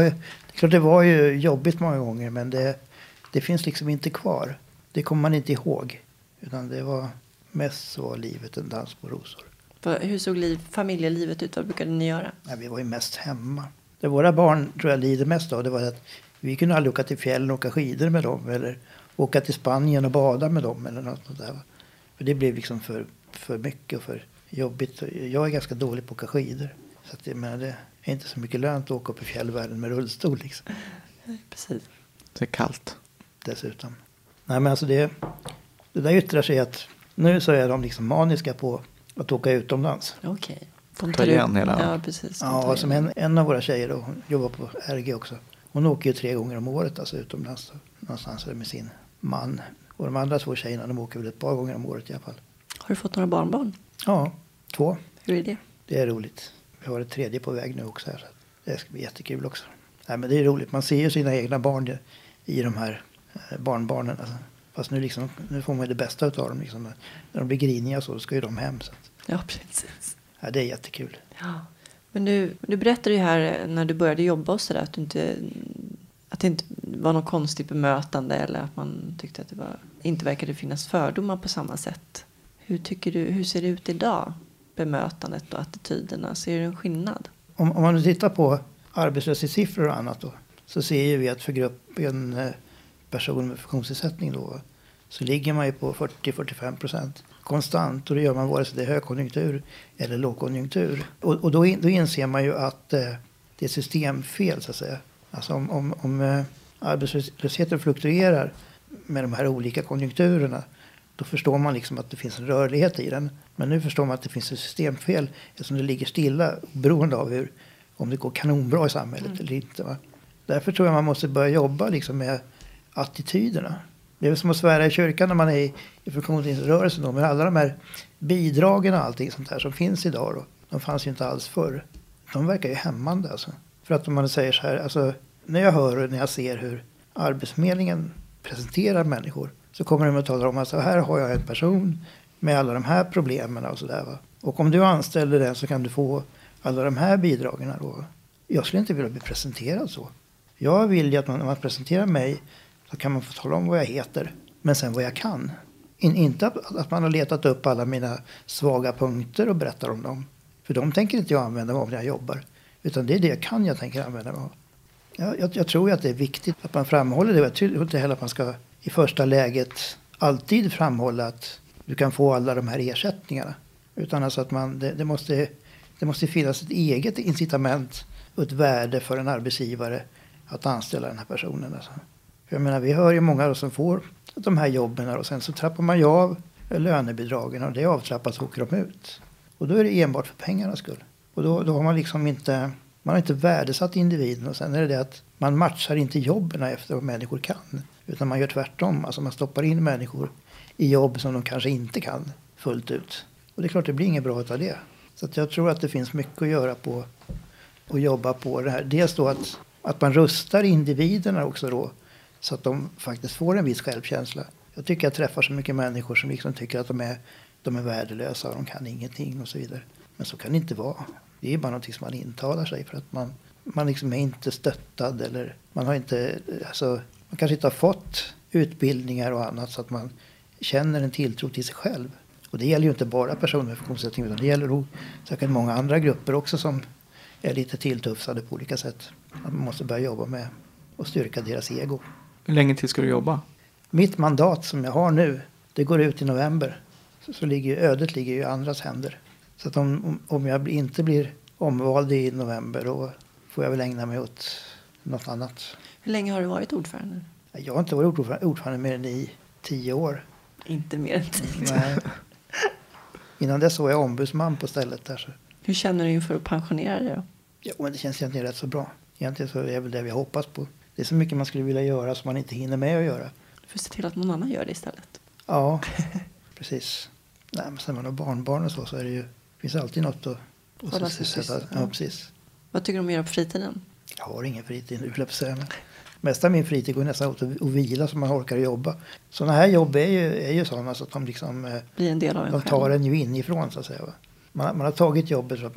det var ju jobbigt många gånger, men det finns liksom inte kvar. Det kommer man inte ihåg. Utan det var mest så livet en dans på rosor. Hur såg familjelivet ut? Vad brukade ni göra? Ja, vi var ju mest hemma. Det våra barn tror jag lider mest av, det var att vi kunde aldrig åka till fjällen och åka skidor med dem. Eller åka till Spanien och bada med dem. Eller något sånt där. För det blev liksom för mycket och för jobbigt. Jag är ganska dålig på att åka skidor. Så att det är inte så mycket lönt att åka upp i fjällvärlden med rullstol. Liksom. Precis. Det är kallt. Dessutom. Nej, men alltså det där yttrar sig att nu så är de liksom maniska på att åka utomlands. Okej. Ta igen hela. Ja, precis. Ja, som en av våra tjejer då, hon jobbar på RG också. Hon åker ju 3 gånger om året alltså utomlands. Någonstans med sin man. Och de andra 2 tjejerna, de åker väl ett par gånger om året i alla fall. Har du fått några barnbarn? Ja, 2. Hur är det? Det är roligt. Vi har ett 3:e på väg nu också här. Så det ska bli jättekul också. Nej, men det är roligt. Man ser ju sina egna barn i de här barnbarnen. Alltså. Fast nu får man ju det bästa av dem. Liksom. När de blir griniga så ska ju de hem. Så. Ja, precis. Ja, det är jättekul. Ja. Men du berättade ju här när du började jobba och sådär att det inte var något konstigt bemötande eller att man tyckte att det inte verkade finnas fördomar på samma sätt. Hur ser det ut idag? Bemötandet och attityderna. Ser du en skillnad? Om man nu tittar på arbetslöshetssiffror och annat då, så ser vi att för gruppen personer med funktionsnedsättning då, så ligger man ju på 40-45% konstant. Och det gör man vare sig det är högkonjunktur eller lågkonjunktur. Och då inser man ju att det är systemfel så att säga. Alltså om arbetslösheten fluktuerar med de här olika konjunkturerna, då förstår man liksom att det finns en rörlighet i den. Men nu förstår man att det finns ett systemfel eftersom det ligger stilla beroende av om det går kanonbra i samhället eller inte. Va? Därför tror jag man måste börja jobba liksom med attityderna. Det är väl som att svära i kyrkan när man är i funktionshindersrörelsen då, men alla de här bidragen och allting sånt här som finns idag då, de fanns ju inte alls förr. De verkar ju hämmande alltså. För att om man säger så här, alltså när jag hör och när jag ser hur Arbetsförmedlingen presenterar människor så kommer de att tala om att så här har jag en person med alla de här problemen och sådär va. Och om du anställer den så kan du få alla de här bidragen då. Jag skulle inte vilja bli presenterad så. Jag vill ju att när man presenterar mig så kan man få tala om vad jag heter. Men sen vad jag kan. Inte att man har letat upp alla mina svaga punkter och berättar om dem. För de tänker inte jag använda mig av när jag jobbar. Utan det är det jag kan jag tänker använda mig av. Jag tror att det är viktigt att man framhåller det. Jag tror inte heller att man ska i första läget alltid framhålla att du kan få alla de här ersättningarna. Utan alltså att det måste finnas ett eget incitament och ett värde för en arbetsgivare att anställa den här personen. Alltså. För jag menar, vi hör ju många som får de här jobben och sen så trappar man ju av lönebidragen och det avtrappas och åker de ut. Och då är det enbart för pengarnas skull. Och då har man liksom inte värdesatt individen och sen är det att man matchar inte jobben efter vad människor kan. Utan man gör tvärtom, alltså man stoppar in människor i jobb som de kanske inte kan fullt ut. Och det är klart det blir inget bra av det. Så att jag tror att det finns mycket att göra på och jobba på det här. Dels då att man rustar individerna också då så att de faktiskt får en viss självkänsla. Jag tycker jag träffar så mycket människor som liksom tycker att de är värdelösa och de kan ingenting och så vidare. Men så kan det inte vara. Det är bara något som man intalar sig för att man liksom är inte stöttad eller man har inte, alltså man kanske inte har fått utbildningar och annat så att man känner en tilltro till sig själv. Och det gäller ju inte bara personer med funktionsnedsättning utan det gäller nog säkert många andra grupper också som är lite tilltufsade på olika sätt. Man måste börja jobba med och styrka deras ego. Hur länge till ska du jobba? Mitt mandat som jag har nu, det går ut i november. Så ödet ligger ju i andras händer. Så att om jag inte blir omvald i november då får jag väl ägna mig åt något annat. Hur länge har du varit ordförande? Jag har inte varit ordförande mer än i 10 år. Inte mer än 10 år? Nej. Innan dess var jag ombudsman på stället där. Så. Hur känner du inför att pensionera dig då? Ja, men det känns egentligen rätt så bra. Egentligen så är det väl det vi hoppas på. Det är så mycket man skulle vilja göra som man inte hinner med att göra. Du får se till att någon annan gör det istället. Ja, precis. Nej, men sen man har barnbarn och så är det ju, finns alltid något att sätta. Ja, precis. Vad tycker du om att göra på fritiden? Jag har ingen fritid nu, vill jag säga. Men mest av min fritid går nästan åt att vila så man orkar jobba. Sådana här jobb är ju sådana så att de liksom blir en del av de tar en ju inifrån så att säga. Man har tagit jobbet så att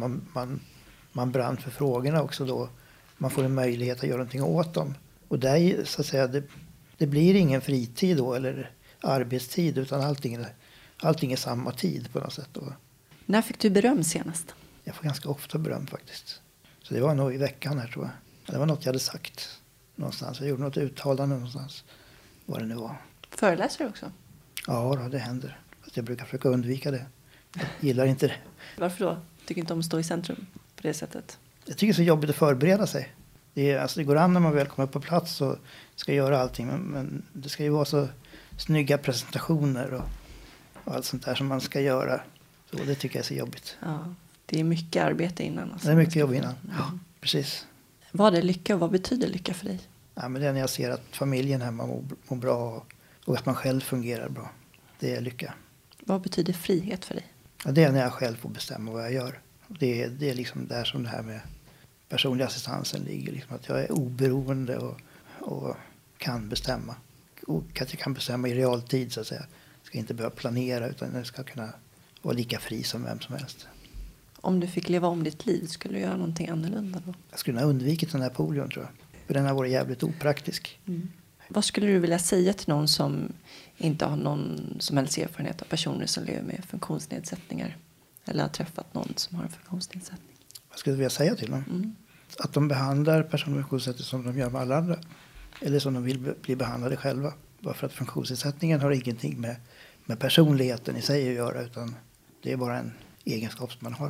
man brann för frågorna också då. Man får en möjlighet att göra någonting åt dem. Och där så att säga det blir ingen fritid då eller arbetstid utan allting är samma tid på något sätt då. När fick du beröm senast? Jag får ganska ofta beröm faktiskt. Så det var nog i veckan här tror jag. Det var något jag hade sagt någonstans. Jag gjorde något uttalande någonstans. Vad det nu var. Föreläser du också? Ja, det händer. Fast jag brukar försöka undvika det. Jag gillar inte det. Varför då? Tycker inte om att stå i centrum på det sättet? Jag tycker det är så jobbigt att förbereda sig. Det går an när man väl kommer på plats och ska göra allting. Men det ska ju vara så snygga presentationer och allt sånt där som man ska göra. Så det tycker jag är så jobbigt. Ja, det är mycket arbete innan. Alltså. Det är mycket jobb innan. Ja, precis. Vad är lycka och vad betyder lycka för dig? Ja, men det är när jag ser att familjen hemma mår bra och att man själv fungerar bra. Det är lycka. Vad betyder frihet för dig? Ja, det är när jag själv får bestämma vad jag gör. Det är liksom där som det här med personlig assistansen ligger. Liksom att jag är oberoende och kan bestämma. Och att jag kan bestämma i realtid så att säga. Jag ska inte behöva planera utan jag ska kunna vara lika fri som vem som helst. Om du fick leva om ditt liv, skulle du göra någonting annorlunda då? Jag skulle ha undvikit den här polion tror jag. För den har varit jävligt opraktisk. Mm. Vad skulle du vilja säga till någon som inte har någon som helst erfarenhet av personer som lever med funktionsnedsättningar? Eller har träffat någon som har en funktionsnedsättning? Vad skulle jag vilja säga till dem? Att de behandlar personer med funktionsnedsättning som de gör med alla andra. Eller som de vill bli behandlade själva. Bara för att funktionsnedsättningen har ingenting med personligheten i sig att göra. Utan det är bara en egenskap som man har.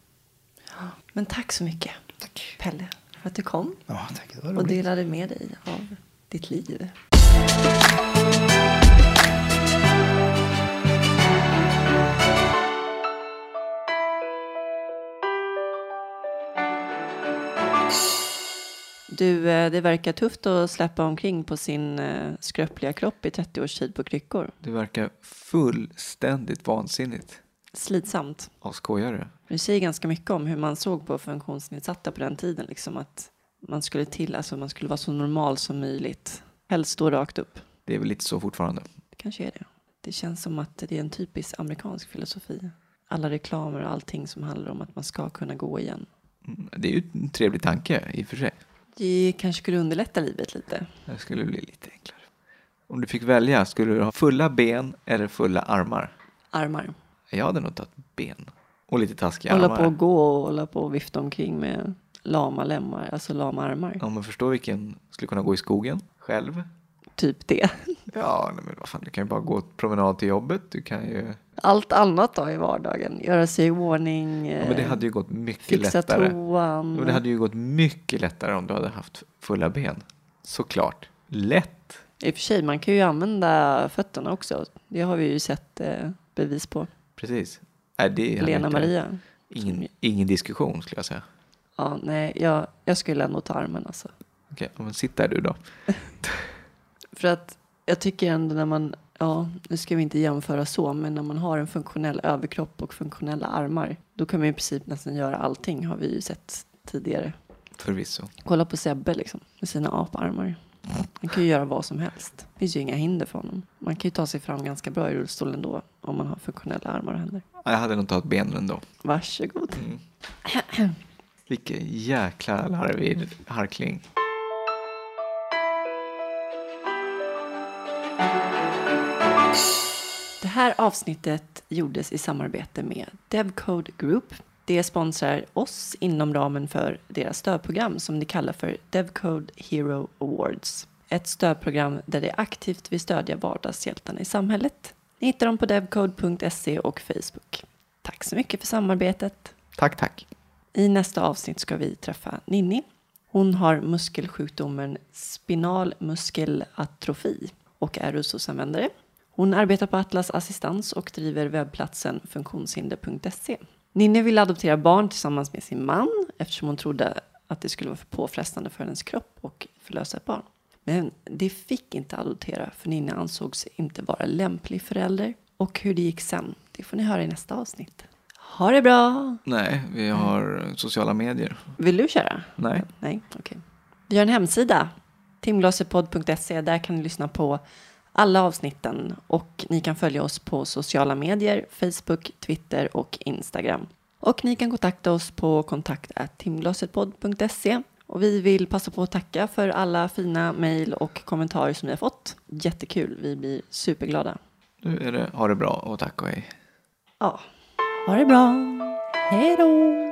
Ja, men tack så mycket. Tack. Pelle, för att du kom. Ja, tack. Det var och roligt. delade med dig av ditt liv. Du, det verkar tufft att släppa omkring på sin skröpliga kropp i 30 års tid på kryckor. Det verkar fullständigt vansinnigt. Slitsamt. Ja, skojar du? Det säger ganska mycket om hur man såg på funktionsnedsatta på den tiden. Liksom att man skulle man skulle vara så normal som möjligt. Helst stå rakt upp. Det är väl lite så fortfarande. Det kanske är det. Det känns som att det är en typisk amerikansk filosofi. Alla reklamer och allting som handlar om att man ska kunna gå igen. Det är ju en trevlig tanke i och för sig. Det kanske skulle underlätta livet lite. Det skulle bli lite enklare. Om du fick välja, skulle du ha fulla ben eller fulla armar? Armar. Jag hade nog tagit ben. Och lite taskiga Hålla armar. på att gå och hålla på och vifta omkring med lama lemmar, alltså lama armar. Om man förstår vilken skulle kunna gå i skogen själv. Typ det. Ja, men vad fan, du kan ju bara gå promenad till jobbet. Du kan ju... Allt annat då i vardagen. Göra sig i ordning. Ja, men det hade ju gått mycket fixa lättare. Toan. Men det hade ju gått mycket lättare om du hade haft fulla ben. Såklart. Lätt. I och för sig, man kan ju använda fötterna också. Det har vi ju sett bevis på. Precis. Nej, det hade Lena inte- Maria. Ingen diskussion skulle jag säga. Ja, nej, jag skulle ändå ta armen alltså. Okej, men sitt där du då. För att jag tycker ändå när man, ja, nu ska vi inte jämföra så, men när man har en funktionell överkropp och funktionella armar, då kan man i princip nästan göra allting, har vi ju sett tidigare. Förvisso. Kolla på Sebbe liksom, med sina aparmar. Man kan ju göra vad som helst. Det finns ju inga hinder för honom. Man kan ju ta sig fram ganska bra i rullstolen då, om man har funktionella armar och händer. Jag hade nog tagit benen ändå. Varsågod. Vilken jäkla larvig harkling. Det här avsnittet gjordes i samarbete med DevCode Group. Det sponsrar oss inom ramen för deras stödprogram som de kallar för DevCode Hero Awards. Ett stödprogram där de aktivt vill stödja vardagshjältarna i samhället. Ni hittar dem på devcode.se och Facebook. Tack så mycket för samarbetet. Tack. I nästa avsnitt ska vi träffa Ninni. Hon har muskelsjukdomen spinal muskelatrofi och är rullstolsanvändare. Hon arbetar på Atlas Assistans och driver webbplatsen funktionshinder.se. Ninni ville adoptera barn tillsammans med sin man eftersom hon trodde att det skulle vara för påfrestande för hennes kropp och förlösa ett barn. Men det fick inte adoptera för Ninni ansågs inte vara lämplig förälder. Och hur det gick sen, det får ni höra i nästa avsnitt. Ha det bra! Nej, vi har sociala medier. Vill du köra? Nej. Nej, okej. Vi har en hemsida, timglasetpodd.se. Där kan ni lyssna på alla avsnitten och ni kan följa oss på sociala medier, Facebook, Twitter och Instagram. Och ni kan kontakta oss på kontakt@timglasetpodd.se. Och vi vill passa på att tacka för alla fina mejl och kommentarer som vi har fått. Jättekul, vi blir superglada. Nu är det ha det bra och tack och hej. Ja, ha det bra. Hej då!